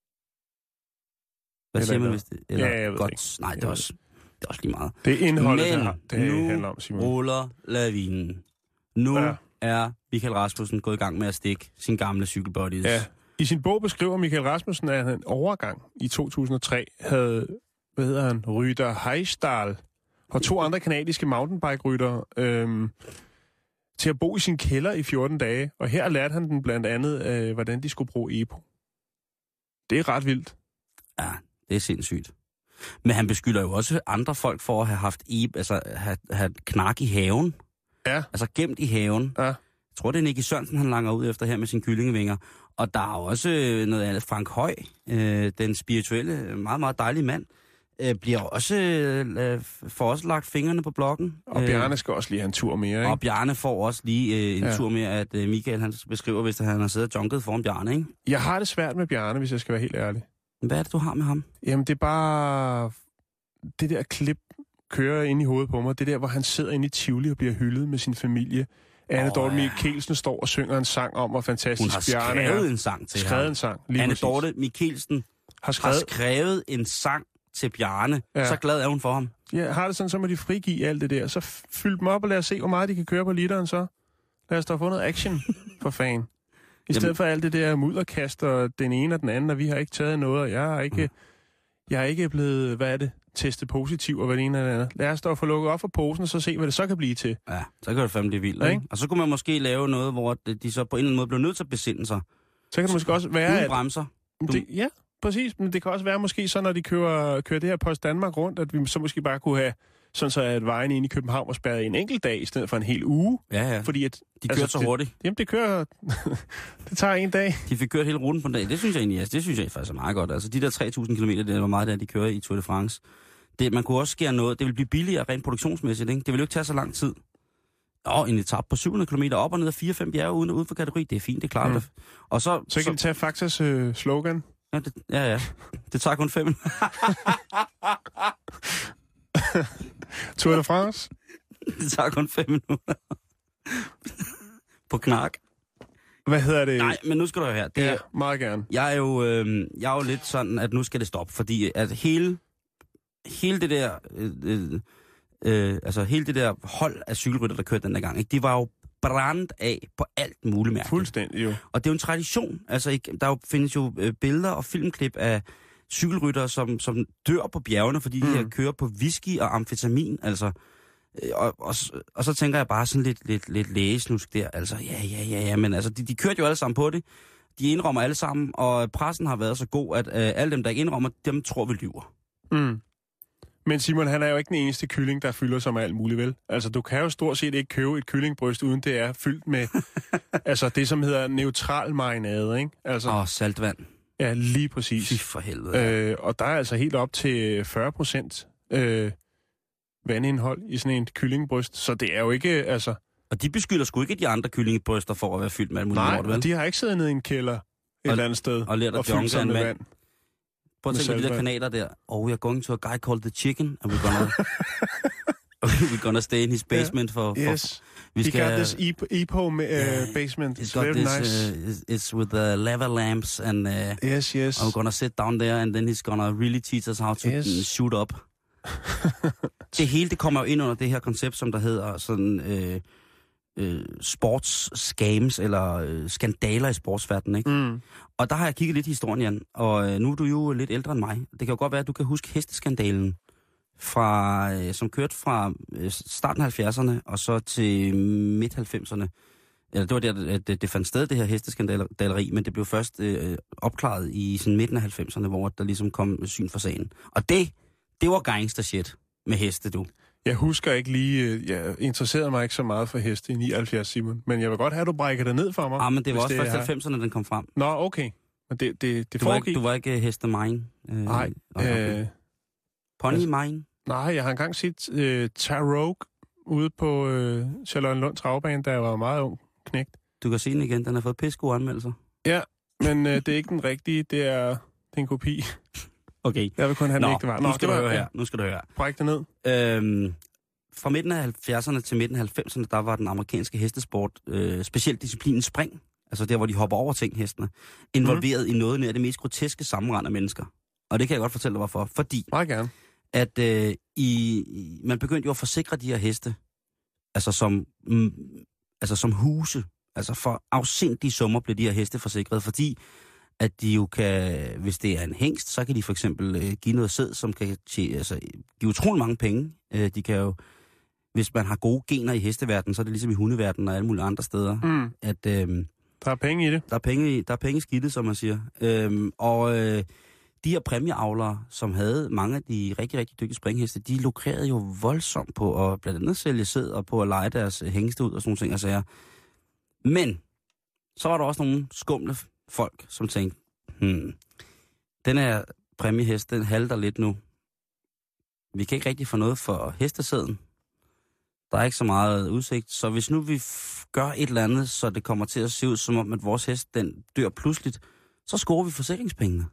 Hvad eller siger man, hvis det... Eller ja, jeg ved godt. Ikke. Nej, det er, også, det er også lige meget. Det er indholdet, Men det, det nu handler om, Simon. ruller lavinen. Nu ja. er Michael Rasmussen gået i gang med at stikke sin gamle cykelbodies. Ja. I sin bog beskriver Michael Rasmussen, at han en overgang i to tusind og tre havde, hvad hedder han, Rytter Heisdal og to andre kanadiske mountainbike-ryttere øhm, til at bo i sin kælder i fjorten dage. Og her lærte han den blandt andet, øh, hvordan de skulle bruge E P O. Det er ret vildt. Ja, det er sindssygt. Men han beskylder jo også andre folk for at have haft e, altså have, have knark i haven. Ja. Altså gemt i haven. Ja. Jeg tror, det er Nicky Sørensen, han langer ud efter her med sine kyllingevinger. Og der er jo også noget andet. Frank Høj, øh, den spirituelle, meget, meget dejlige mand, øh, bliver også, øh, får også lagt fingrene på blokken. Og Bjarne skal også lige have en tur mere, ikke? Og Bjarne får også lige øh, en ja. tur mere, at øh, Michael han beskriver, hvis han har siddet og junket foran Bjarne, ikke? Jeg har det svært med Bjarne, hvis jeg skal være helt ærlig. Hvad er det, du har med ham? Jamen, det er bare... Det der klip kører ind i hovedet på mig. Det der, hvor han sidder inde i Tivoli og bliver hyldet med sin familie. Anne oh, Dorte ja. Mikkelsen står og synger en sang om, hvor fantastisk Bjarne er. Hun har skrevet en sang til skrevet ham. en sang, Anne Dorte Mikkelsen har skrevet... har skrevet en sang til Bjarne. Ja. Så glad er hun for ham. Ja, har det sådan, så må de frigive alt det der. Så fyld dem op og lad os se, hvor meget de kan køre på literen så. Lad os da få noget action for fan. I stedet Jamen. for alt det der mudderkast og den ene og den anden, og vi har ikke taget noget, og jeg har ikke, mm. jeg er ikke blevet, hvad er det, testet positiv og hvad det ene og det andet. Lad os da få lukket op for posen, og så se, hvad det så kan blive til. Ja, så kan det fandme blive vildt, ja, ikke? Og så kunne man måske lave noget, hvor de så på en eller anden måde blev nødt til at besinde sig. Så kan det måske også være... Uden bremser. Du... Det, ja, præcis. Men det kan også være måske så, når de kører, kører det her Post Danmark rundt, at vi så måske bare kunne have sådan så at vejen ind i København var spærret en enkelt dag, i stedet for en hel uge. Ja, ja. Fordi at, De kører altså, så hurtigt. Det, jamen, det kører... det tager en dag. De fik kørt hele ruten på en dag. Det synes jeg egentlig, altså, det synes jeg faktisk er meget godt. Altså, de der tre tusind kilometer, det var meget der, de kører i Tour de France. Det, man kunne også skære noget. Det vil blive billigere rent produktionsmæssigt, ikke? Det vil jo ikke tage så lang tid. Åh, en etape på syv hundrede kilometer op og ned af fire fem bjerge uden, uden for kategori. Det er fint, det er klart. Mm. Og så, så kan så, vi tage Faktas øh, slogan. Ja, det, ja, ja. Det tager kun fem. Tour de France? Det tager kun fem minutter. På knak. Hvad hedder det? Nej, men nu skal du høre her. Det ja, er, meget gerne. Jeg er, jo, øh, jeg er jo lidt sådan, at nu skal det stoppe, fordi at hele, hele det der... Øh, øh, øh, altså hele det der hold af cykelrytter, der kørte den der gang, ikke? De var jo brændt af på alt muligt mærke. Fuldstændig jo. Og det er jo en tradition. Altså, ikke, der jo, findes jo øh, billeder og filmklip af cykelryttere, som, som dør på bjergene, fordi mm. de her kører på whisky og amfetamin. Altså, øh, og, og, og så tænker jeg bare sådan lidt, lidt, lidt lægesnusk der. Altså, ja, ja, ja, ja, men altså, de, de kørte jo alle sammen på det. De indrømmer alle sammen, og pressen har været så god, at øh, alle dem, der ikke indrømmer, dem tror vi lyver. Mm. Men Simon, han er jo ikke den eneste kylling, der fylder sig med alt muligt, vel? Altså, du kan jo stort set ikke købe et kyllingbryst, uden det er fyldt med altså det, som hedder neutral marinade, ikke? Altså, og saltvand. Ja, lige præcis. Fy for helvede. Øh, og der er altså helt op til fyrre procent øh, vandindhold i sådan en kyllingbryst, så det er jo ikke, altså... Og de beskylder sgu ikke de andre kyllingebryster for at være fyldt med alt muligt nej, lort, vel? Nej, de har ikke siddet nede i en kælder et og, eller andet sted og, lært og fyldt sig med vand. Prøv at tænke på de der kanaler der. Oh, we're going to a guy called The Chicken, and we're gonna, we're gonna stay in his basement for... for yes. Vi He skal, got this E P O uh, yeah, basement. It's very this, nice. Uh, it's with the lava lamps, and uh, yes, yes. I'm gonna sit down there, and then he's gonna really teach us how to yes. shoot up. Det hele, det kommer jo ind under det her koncept, som der hedder sådan... Øh, Øh, sportsscams eller øh, skandaler i sportsverdenen, ikke? Mm. Og der har jeg kigget lidt i historien, Jan, og øh, nu er du jo lidt ældre end mig. Det kan jo godt være, at du kan huske hesteskandalen, fra, øh, som kørte fra øh, starten af halvfjerdserne og så til midt halvfemserne. Eller det var der, det, det fandt sted, det her hesteskandaleri, men det blev først øh, opklaret i sådan midten af halvfemserne, hvor der ligesom kom syn for sagen. Og det, det var gangster shit med heste, du. Jeg husker ikke lige, jeg interesserede mig ikke så meget for heste i nioghalvfjerds, Simon, men jeg vil godt have, at du brækker det ned for mig. Ja, men det var også først i halvfemserne, den kom frem. Nå, okay. Men det, det, det du, var ikke, du var ikke hestemine? Øh, nej. Øh, Pony altså, mine? Nej, jeg har engang set øh, Tarogue ude på øh, Charlottenlund Travbane, da jeg var meget ung knægt. Du kan se den igen, den har fået pisse gode anmeldelser. Ja, men øh, det er ikke den rigtige, det er, det er en kopi. Okay. Jeg vil kun have Nå, den ægte var. Nå, nu skal du høre her. Nu skal du høre. Bræk det ned. Øhm, fra midten af halvfjerdserne til midten af halvfemserne, der var den amerikanske hestesport, øh, specielt disciplinen spring, altså der, hvor de hopper over ting, hestene, involveret mm. i noget af det mest groteske sammenrend af mennesker. Og det kan jeg godt fortælle dig, hvorfor. Fordi, meget gerne. at øh, i, man begyndte jo at forsikre de her heste, altså som, mm, altså som huse, altså for afsindige summer blev de her heste forsikret, fordi at de jo kan, hvis det er en hengst, så kan de for eksempel øh, give noget sæd, som kan altså, give utrolig mange penge. Øh, de kan jo, hvis man har gode gener i hesteverdenen, så er det ligesom i hundeverdenen og alle mulige andre steder. Mm. At, øh, der er penge i det. Der er penge i, der er penge i skidtet, som man siger. Øh, og øh, de her præmieavlere, som havde mange af de rigtig, rigtig dygtige springheste, de lukrerede jo voldsomt på at blandt andet sælge sæd og på at lege deres hængste ud og sådan nogle ting. Altså, men så var der også nogle skumle folk, som tænkte, hmm, den her præmiehest, den halter lidt nu. Vi kan ikke rigtig få noget for hestesæden. Der er ikke så meget udsigt, så hvis nu vi f- gør et eller andet, så det kommer til at se ud som om, at vores hest, den dør pludseligt, så scorer vi forsikringspengene.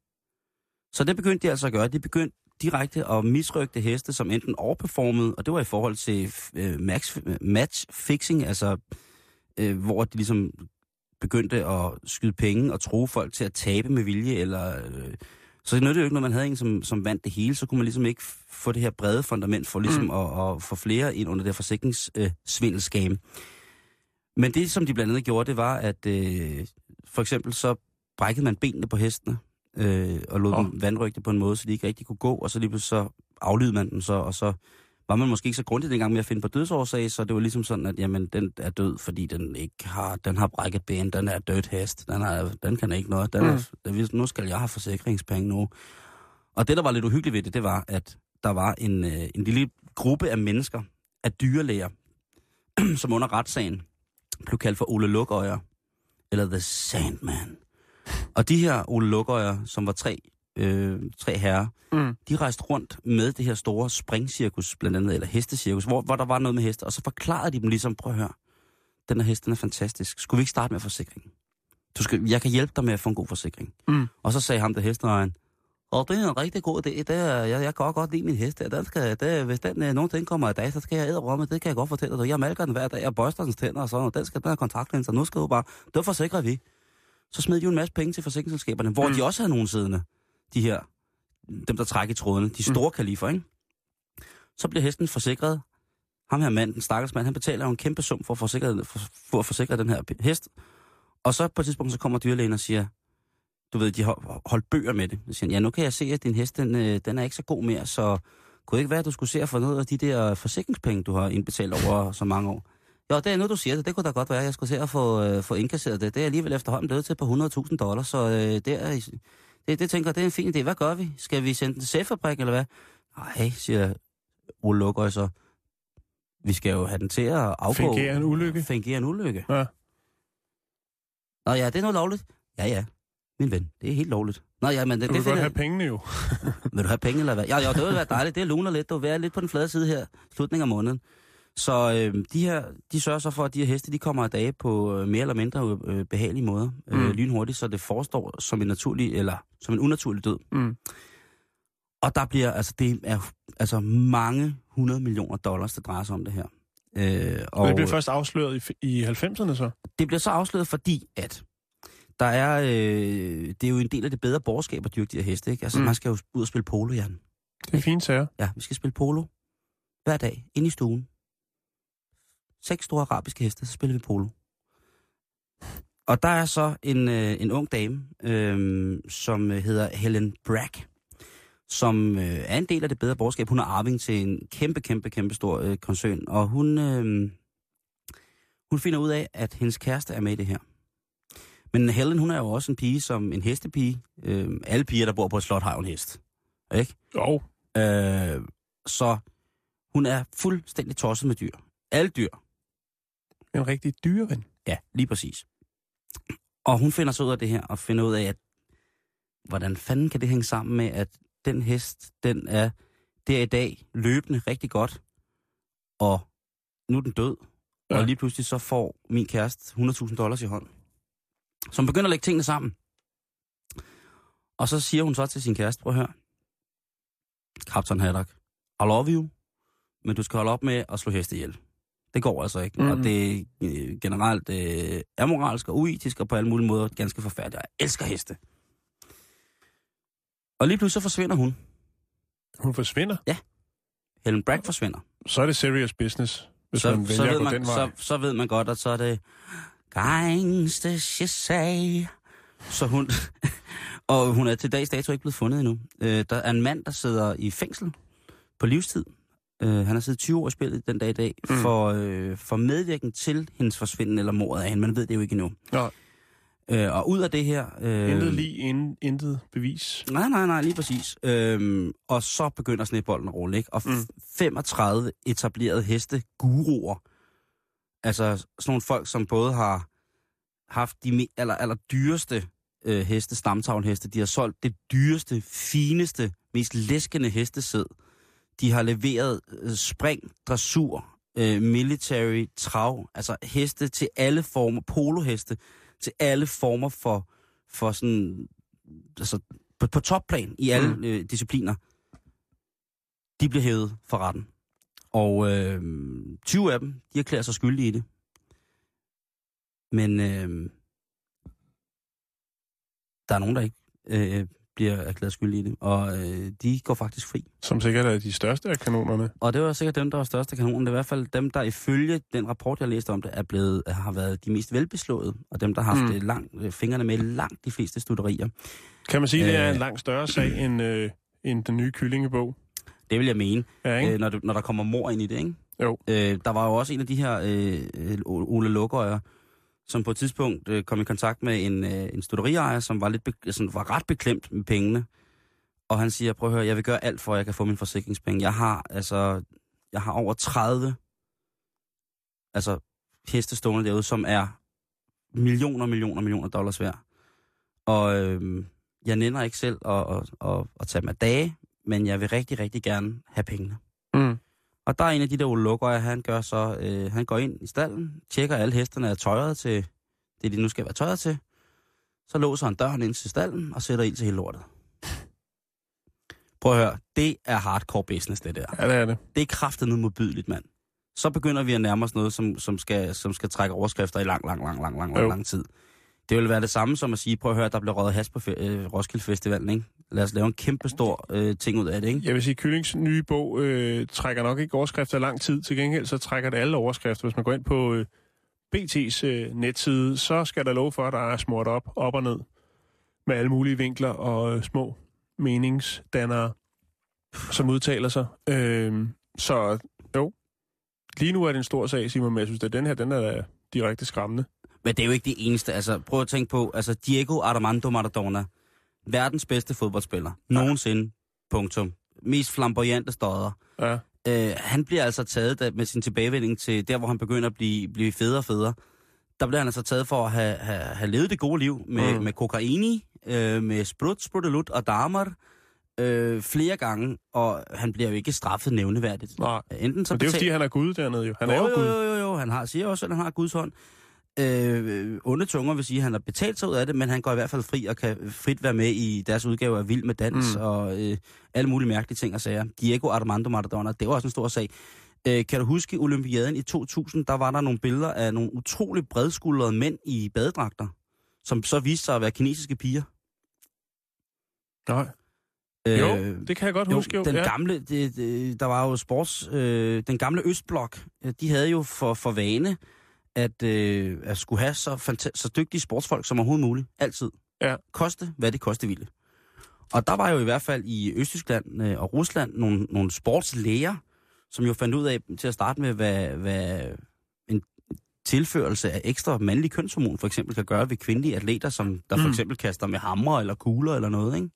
Så det begyndte de altså at gøre. De begyndte direkte at misrygte heste, som enten overperformede, og det var i forhold til øh, match, match fixing, altså øh, hvor de ligesom begyndte at skyde penge og true folk til at tabe med vilje, eller... Øh, så det nødte jo ikke, når man havde en, som, som vandt det hele, så kunne man ligesom ikke få det her brede fundament for ligesom mm. at, at få flere ind under det forsikringssvindelskame. Øh, Men det, som de blandt andet gjorde, det var, at øh, for eksempel så brækkede man benene på hestene, øh, og lod oh. dem vandrygte på en måde, så de ikke rigtig kunne gå, og så lige så aflydede man dem så, og så var man måske ikke så grundigt dengang med at finde på dødsårsag, så det var ligesom sådan, at jamen, den er død, fordi den ikke har, den har brækket ben, den er død hest, den, har, den kan ikke noget, den er, mm. nu skal jeg have forsikringspenge nu. Og det, der var lidt uhyggeligt ved det, det var, at der var en, øh, en lille gruppe af mennesker, af dyrlæger, som under retssagen blev kaldt for Ole Lukøjer, eller The Sandman. Og de her Ole Lukøjer, som var tre, øh, tre herrer, mm. de rejste rundt med det her store springcirkus, blandt andet, eller hestecirkus, hvor, hvor der var noget med heste, og så forklarede de dem ligesom, prøv at høre, den her hest, den er fantastisk. Skulle vi ikke starte med forsikringen? Du skal, jeg kan hjælpe dig med at få en god forsikring. Mm. Og så sagde ham, der hesteejeren, og det er en rigtig god idé. Det er, jeg, jeg kan også godt lide min hest. Den skal, det, hvis den øh, nogensinde kommer i dag, så skal jeg æderrumme. Det kan jeg godt fortælle dig. Jeg malker den hver dag. Jeg børster dens tænder og sådan noget. Den skal den have kontaktlinser. Nu skal du bare... Det forsikrer vi. Så smed de jo en masse penge til forsikringsselskaberne, hvor mm. de også havde nogen siddende. De her, dem der trækker i trådene. De store mm. kalifer, ikke? Så bliver hesten forsikret. Ham her mand, den stakkels mand, han betaler jo en kæmpe sum for at forsikre, for, for at forsikre den her hest. Og så på et tidspunkt, så kommer dyrlægen og siger... Du ved, de har holdt bøger med det. Så siger han, ja, nu kan jeg se, at din hest, den, den er ikke så god mere, så kunne det ikke være, at du skulle se at få noget af de der forsikringspenge, du har indbetalt over så mange år? Jo, det er nu, du siger det. Det kunne da godt være, at jeg skulle se at få, øh, få indkasseret det. Det er alligevel efterhånden blevet til på hundrede tusind dollars, så øh, det, er, det, det tænker det er en fin idé. Hvad gør vi? Skal vi sende den til sætfabrik, eller hvad? Nej, siger Ole Lukøj så. Vi skal jo have den til at afgå. Fingere en ulykke. Fingere en ulykke. Ja. Nå ja, det er noget lovligt. Ja, ja. Min ven, det er helt lovligt. Nå ja, men det, du det vil finder... godt have pengene jo. Vil du have penge eller hvad? Ja, ja, det vil være dejligt. Det luner lidt. Du vil være lidt på den flade side her, slutningen af måneden. Så øh, de her, de sørger så for, at de her heste, de kommer af dage på øh, mere eller mindre øh, behagelige måder. Øh, mm. Lynhurtigt, så det forestår som en naturlig, eller som en unaturlig død. Mm. Og der bliver, altså det er altså mange hundrede millioner dollars, der drejer sig om det her. Øh, og det bliver først afsløret i, i halvfemserne så? Det bliver så afsløret, fordi at der er, øh, det er jo en del af det bedre borgerskab at dyrke de her heste, ikke? Altså, mm. man skal jo ud og spille polo, Jan. Det er fint, sager. Ja, vi skal spille polo hver dag, inde i stuen. Seks store arabiske heste, så spiller vi polo. Og der er så en, øh, en ung dame, øh, som hedder Helen Bragg, som øh, er en del af det bedre borgerskab. Hun er arving til en kæmpe, kæmpe, kæmpe stor øh, koncern, og hun, øh, hun finder ud af, at hendes kæreste er med i det her. Men Helen, hun er jo også en pige som en hestepige. Øh, alle piger, der bor på et slot, har jo en hest. Ikke? Jo. Øh, så hun er fuldstændig tosset med dyr. Alle dyr. En rigtig dyreven. Ja, lige præcis. Og hun finder så ud af det her, og finder ud af, at hvordan fanden kan det hænge sammen med, at den hest, den er der i dag løbende rigtig godt, og nu er den død. Ja. Og lige pludselig så får min kæreste hundrede tusind dollars i hånden. Som begynder at lægge tingene sammen. Og så siger hun så til sin kæreste, prøv at høre, Kaptajn Haddock, I love you, men du skal holde op med at slå heste ihjel. Det går altså ikke. Mm-hmm. Og det øh, generelt øh, er moralsk og uetisk, og på alle mulige måder ganske forfærdeligt. Jeg elsker heste. Og lige pludselig så forsvinder hun. Hun forsvinder? Ja. Helen Bragg forsvinder. Så er det serious business, hvis så, man vælger så at gå man, den vej. Så, så ved man godt, at så er det gangster, she say. Så hun... og hun er til dags dato ikke blevet fundet endnu. Øh, der er en mand, der sidder i fængsel på livstid. Øh, han har siddet tyve år i spillet den dag i dag, mm. for, øh, for medvirken til hendes forsvinden eller mordet af hende. Man ved det jo ikke endnu. Ja. Øh, og ud af det her... Øh, intet lige, in, intet bevis. Nej, nej, nej, lige præcis. Øh, og så begynder snebolden at rulle, ikke? Og mm. femogtredive etablerede hesteguruer, altså sådan nogle folk, som både har haft de aller, aller dyreste øh, heste, stamtavlheste, de har solgt det dyreste, fineste, mest læskende hestesæd. De har leveret øh, spring, dressur, øh, military, trav, altså heste til alle former, poloheste, til alle former for, for sådan, altså på, på topplan i alle mm. øh, discipliner. De bliver hævet for retten. Og øh, tyve af dem, de erklærer sig skyldige i det. Men øh, der er nogen, der ikke øh, bliver erklæret skyldige i det. Og øh, de går faktisk fri. Som sikkert er de største af kanonerne. Og det var sikkert dem, der var største af kanonerne. Det er i hvert fald dem, der ifølge den rapport, jeg læste om det, er blevet, har været de mest velbeslåede. Og dem, der har haft mm. lang, fingrene med langt de fleste studerier. Kan man sige, at det er en langt større sag end, øh, end den nye kyllingebog? Det vil jeg mene, ja, øh, når, du, når der kommer mor ind i det, ikke? Jo. Øh, der var jo også en af de her øh, Ole Lukøjer, som på et tidspunkt øh, kom i kontakt med en, øh, en studieriejer, som var, lidt be- sådan, var ret beklemt med pengene. Og han siger, prøv at høre, jeg vil gøre alt for, at jeg kan få min forsikringspenge. Jeg har, altså, jeg har over tredive altså, heste stående derude, som er millioner, millioner, millioner dollars værd. Og øh, jeg nænder ikke selv at, at, at, at tage mig dage, men jeg vil rigtig, rigtig gerne have pengene. Mm. Og der er en af de der lukker, han gør så, øh, han går ind i stallen, tjekker alle hesterne er tøjet til det, de nu skal være tøjet til. Så låser han døren ind til stallen og sætter ild til hele lortet. Prøv at høre, det er hardcore business, det der. Ja, det er det. Det er kraftedeme modbydeligt, mand. Så begynder vi at nærme os noget, som, som, skal, som skal trække overskrifter i lang, lang, lang, lang, lang, lang, lang tid. Det vil være det samme som at sige, prøv at høre, der bliver røget has på fe- øh, Roskilde Festivalen, ikke? Lad os lave en kæmpe stor øh, ting ud af det, ikke? Jeg vil sige, Kyllings nye bog øh, trækker nok ikke overskrifter i lang tid. Til gengæld så trækker det alle overskrifter. Hvis man går ind på øh, B T's øh, netside, så skal der love for, at der er smurt op, op og ned. Med alle mulige vinkler og øh, små meningsdannere, som udtaler sig. Øh, så jo, lige nu er det en stor sag, Simon, men jeg synes, at den her, den er direkte skræmmende. Men det er jo ikke det eneste. Altså, prøv at tænke på, altså Diego Armando Maradona, verdens bedste fodboldspiller, ja. Nogensinde, punktum. Mest flamboyante stodder. Ja. Øh, han bliver altså taget der, med sin tilbagevending til der, hvor han begynder at blive, blive federe og federe. Der bliver han altså taget for at have, have, have levet det gode liv med, mm. med kokaini, øh, med sprut, sprutelut og damer øh, flere gange, og han bliver jo ikke straffet nævneværdigt. Nej, enten så men det er jo betal... fordi, han er Gud dernede jo. Han jo, er jo, jo Gud. Jo, jo, jo, han har, siger også, at han har Guds hånd. Øh, onde tunger vil sige, at han har betalt sig ud af det, men han går i hvert fald fri og kan frit være med i deres udgave af Vild med Dans mm. og øh, alle mulige mærkelige ting og sager. Diego Armando Maradona, det var også en stor sag. Øh, kan du huske Olympiaden i to tusind, der var der nogle billeder af nogle utrolig bredskuldrede mænd i badedragter, som så viste sig at være kinesiske piger? Nej. Øh, jo, det kan jeg godt jo, huske. Jo. Den ja. gamle, det, det, der var jo sports, øh, den gamle Østblok, de havde jo for, for vane, at, øh, at skulle have så, fanta- så dygtige sportsfolk som overhovedet muligt. Altid. Ja. Koste, hvad det koste ville. Og der var jo i hvert fald i Østtyskland øh, og Rusland nogle, nogle sportslæger, som jo fandt ud af til at starte med, hvad, hvad en tilførelse af ekstra mandlig kønshormon for eksempel kan gøre ved kvindelige atleter, som der mm. for eksempel kaster med hamre eller kugler eller noget, ikke?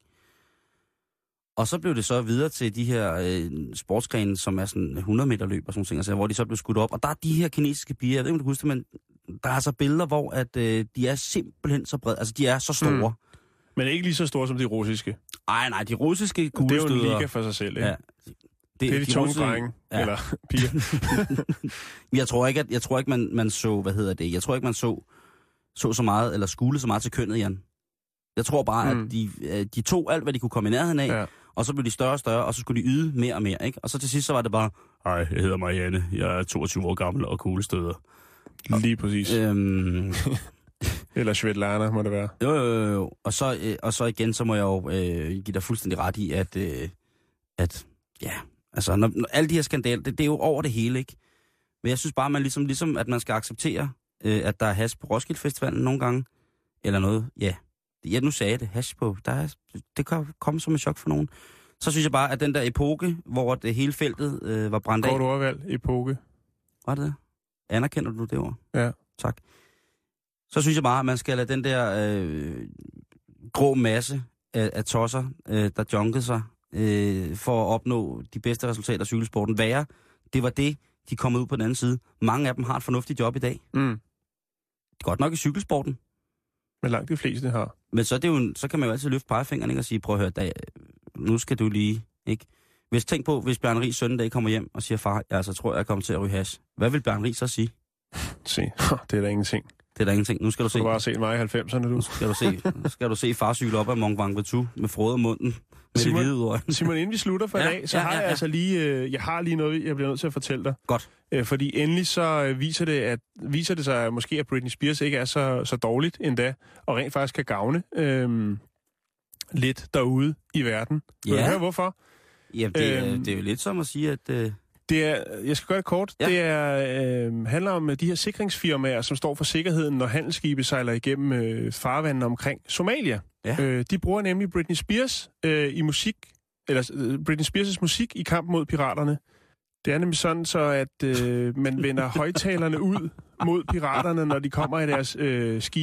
Og så blev det så videre til de her øh, sportsgrene, som er sådan hundrede meter løb og sådan ting, altså, hvor de så blev skudt op. Og der er de her kinesiske piger, jeg ved ikke, om du kan huske det, men der er så billeder, hvor at, øh, de er simpelthen så brede. Altså, de er så store. Mm. Men ikke lige så store som de russiske. Nej, nej, de russiske kuglestøder. Det er jo en liga for sig selv, ikke? Ja. Det, det er de, de tunge drenge, ja. Eller piger. jeg tror ikke, at, jeg tror ikke man, man så, hvad hedder det, jeg tror ikke, man så, så så meget, eller skule så meget til kønnet, Jan. Jeg tror bare, mm. at de, de tog alt, hvad de kunne komme i nærheden af, ja. Og så blev de større og større, og så skulle de yde mere og mere, ikke? Og så til sidst, så var det bare, hej, jeg hedder Marianne, jeg er toogtyve år gammel og kuglestøder. Lige præcis. Øhm... Eller Svetlana, må det være. Jo, jo, jo. Og så, øh, og så igen, så må jeg jo øh, give dig fuldstændig ret i, at, øh, at ja, altså, når, når alle de her skandaler, det, det er jo over det hele, ikke? Men jeg synes bare, man ligesom, ligesom at man skal acceptere, øh, at der er hash på Roskilde Festivalen nogle gange, eller noget, ja. Ja, nu sagde jeg det, hash på, der er, det kan komme som en chok for nogen. Så synes jeg bare, at den der epoke, hvor det hele feltet øh, var brændt af. Godt ordvalg, epoke. Var det det? Anerkender du det ord? Ja. Tak. Så synes jeg bare, at man skal lade den der øh, grå masse af, af tosser, øh, der junkede sig, øh, for at opnå de bedste resultater af cykelsporten, være. Det var det, de kom ud på den anden side. Mange af dem har et fornuftigt job i dag. Mm. Godt nok i cykelsporten. Men langt de fleste har. Men så, er det jo, så kan man jo altid løfte pegefingeren, ikke, og sige, prøv at høre, da, nu skal du lige, ikke? Hvis tænk på, hvis Bjørn Ries søn dag kommer hjem og siger, far, jeg altså tror, jeg kommer til at ryge hash. Hvad vil Bjørn Ries så sige? Se, det er da ingenting. Det er der ingenting. Nu skal du så se. Du bare se mig i halvfemserne, du. Nu skal du se, skal du se far cykle op ad Mont Ventoux med frode munden. Med Simon, det hvide ud Simon, inden vi slutter for ja, i dag, så ja, har jeg ja, ja. altså lige, øh, jeg har lige noget, jeg bliver nødt til at fortælle dig. Godt. Øh, fordi endelig så øh, viser det, at viser det sig at måske, at Britney Spears ikke er så, så dårligt endda, og rent faktisk kan gavne øh, lidt derude i verden. Ja. Vil du høre, hvorfor? Jamen, det, øh, det er jo lidt som at sige, at... Øh... Det er, jeg skal gøre det kort. Ja. Det er, øh, handler om de her sikringsfirmaer, som står for sikkerheden, når handelsskibe sejler igennem øh, farvandene omkring Somalia. Ja. Øh, de bruger nemlig Britney Spears øh, i musik, eller øh, Britney Spears' musik i kamp mod piraterne. Det er nemlig sådan så, at øh, man vender højtalerne ud mod piraterne, når de kommer i deres øh, skibe,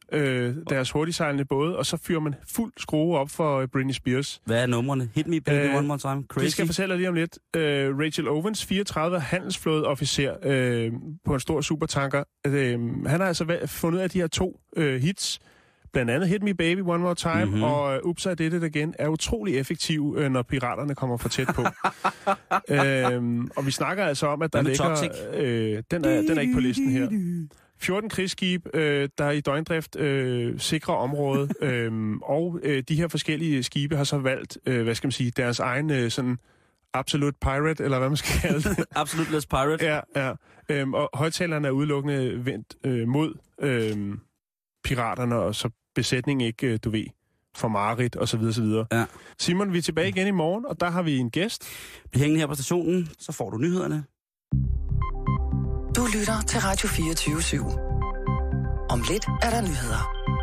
øh, deres hurtigsejlende både, og så fyrer man fuld skrue op for øh, Britney Spears. Hvad er numrene? Hit me baby øh, one more time. Crazy. Det skal jeg fortælle dig lige om lidt. Øh, Rachel Owens, fireogtredive, handelsflådeofficer øh, på en stor supertanker. Øh, han har altså fundet ud af de her to øh, hits, blandt andet Hit Me Baby One More Time, mm-hmm. og uh, Oops, I Did It Again, er utrolig effektiv, øh, når piraterne kommer for tæt på. øhm, og vi snakker altså om, at der ligger... Øh, den, er, den er ikke på listen her. fjorten krigsskib, øh, der er i døgndrift øh, sikre området, øh, og øh, de her forskellige skibe har så valgt, øh, hvad skal man sige, deres egen øh, sådan absolute pirate, eller hvad man skal kalde det. Absolute less pirate. Ja, ja. Øhm, og højtalerne er udelukkende vendt øh, mod øh, piraterne, og så besætningen ikke, du ved, for mareridt og så videre, så videre. Ja. Simon, vi er tilbage igen i morgen, og der har vi en gæst. Bliv hængende her på stationen, så får du nyhederne. Du lytter til Radio fireogtyve syv. Om lidt er der nyheder.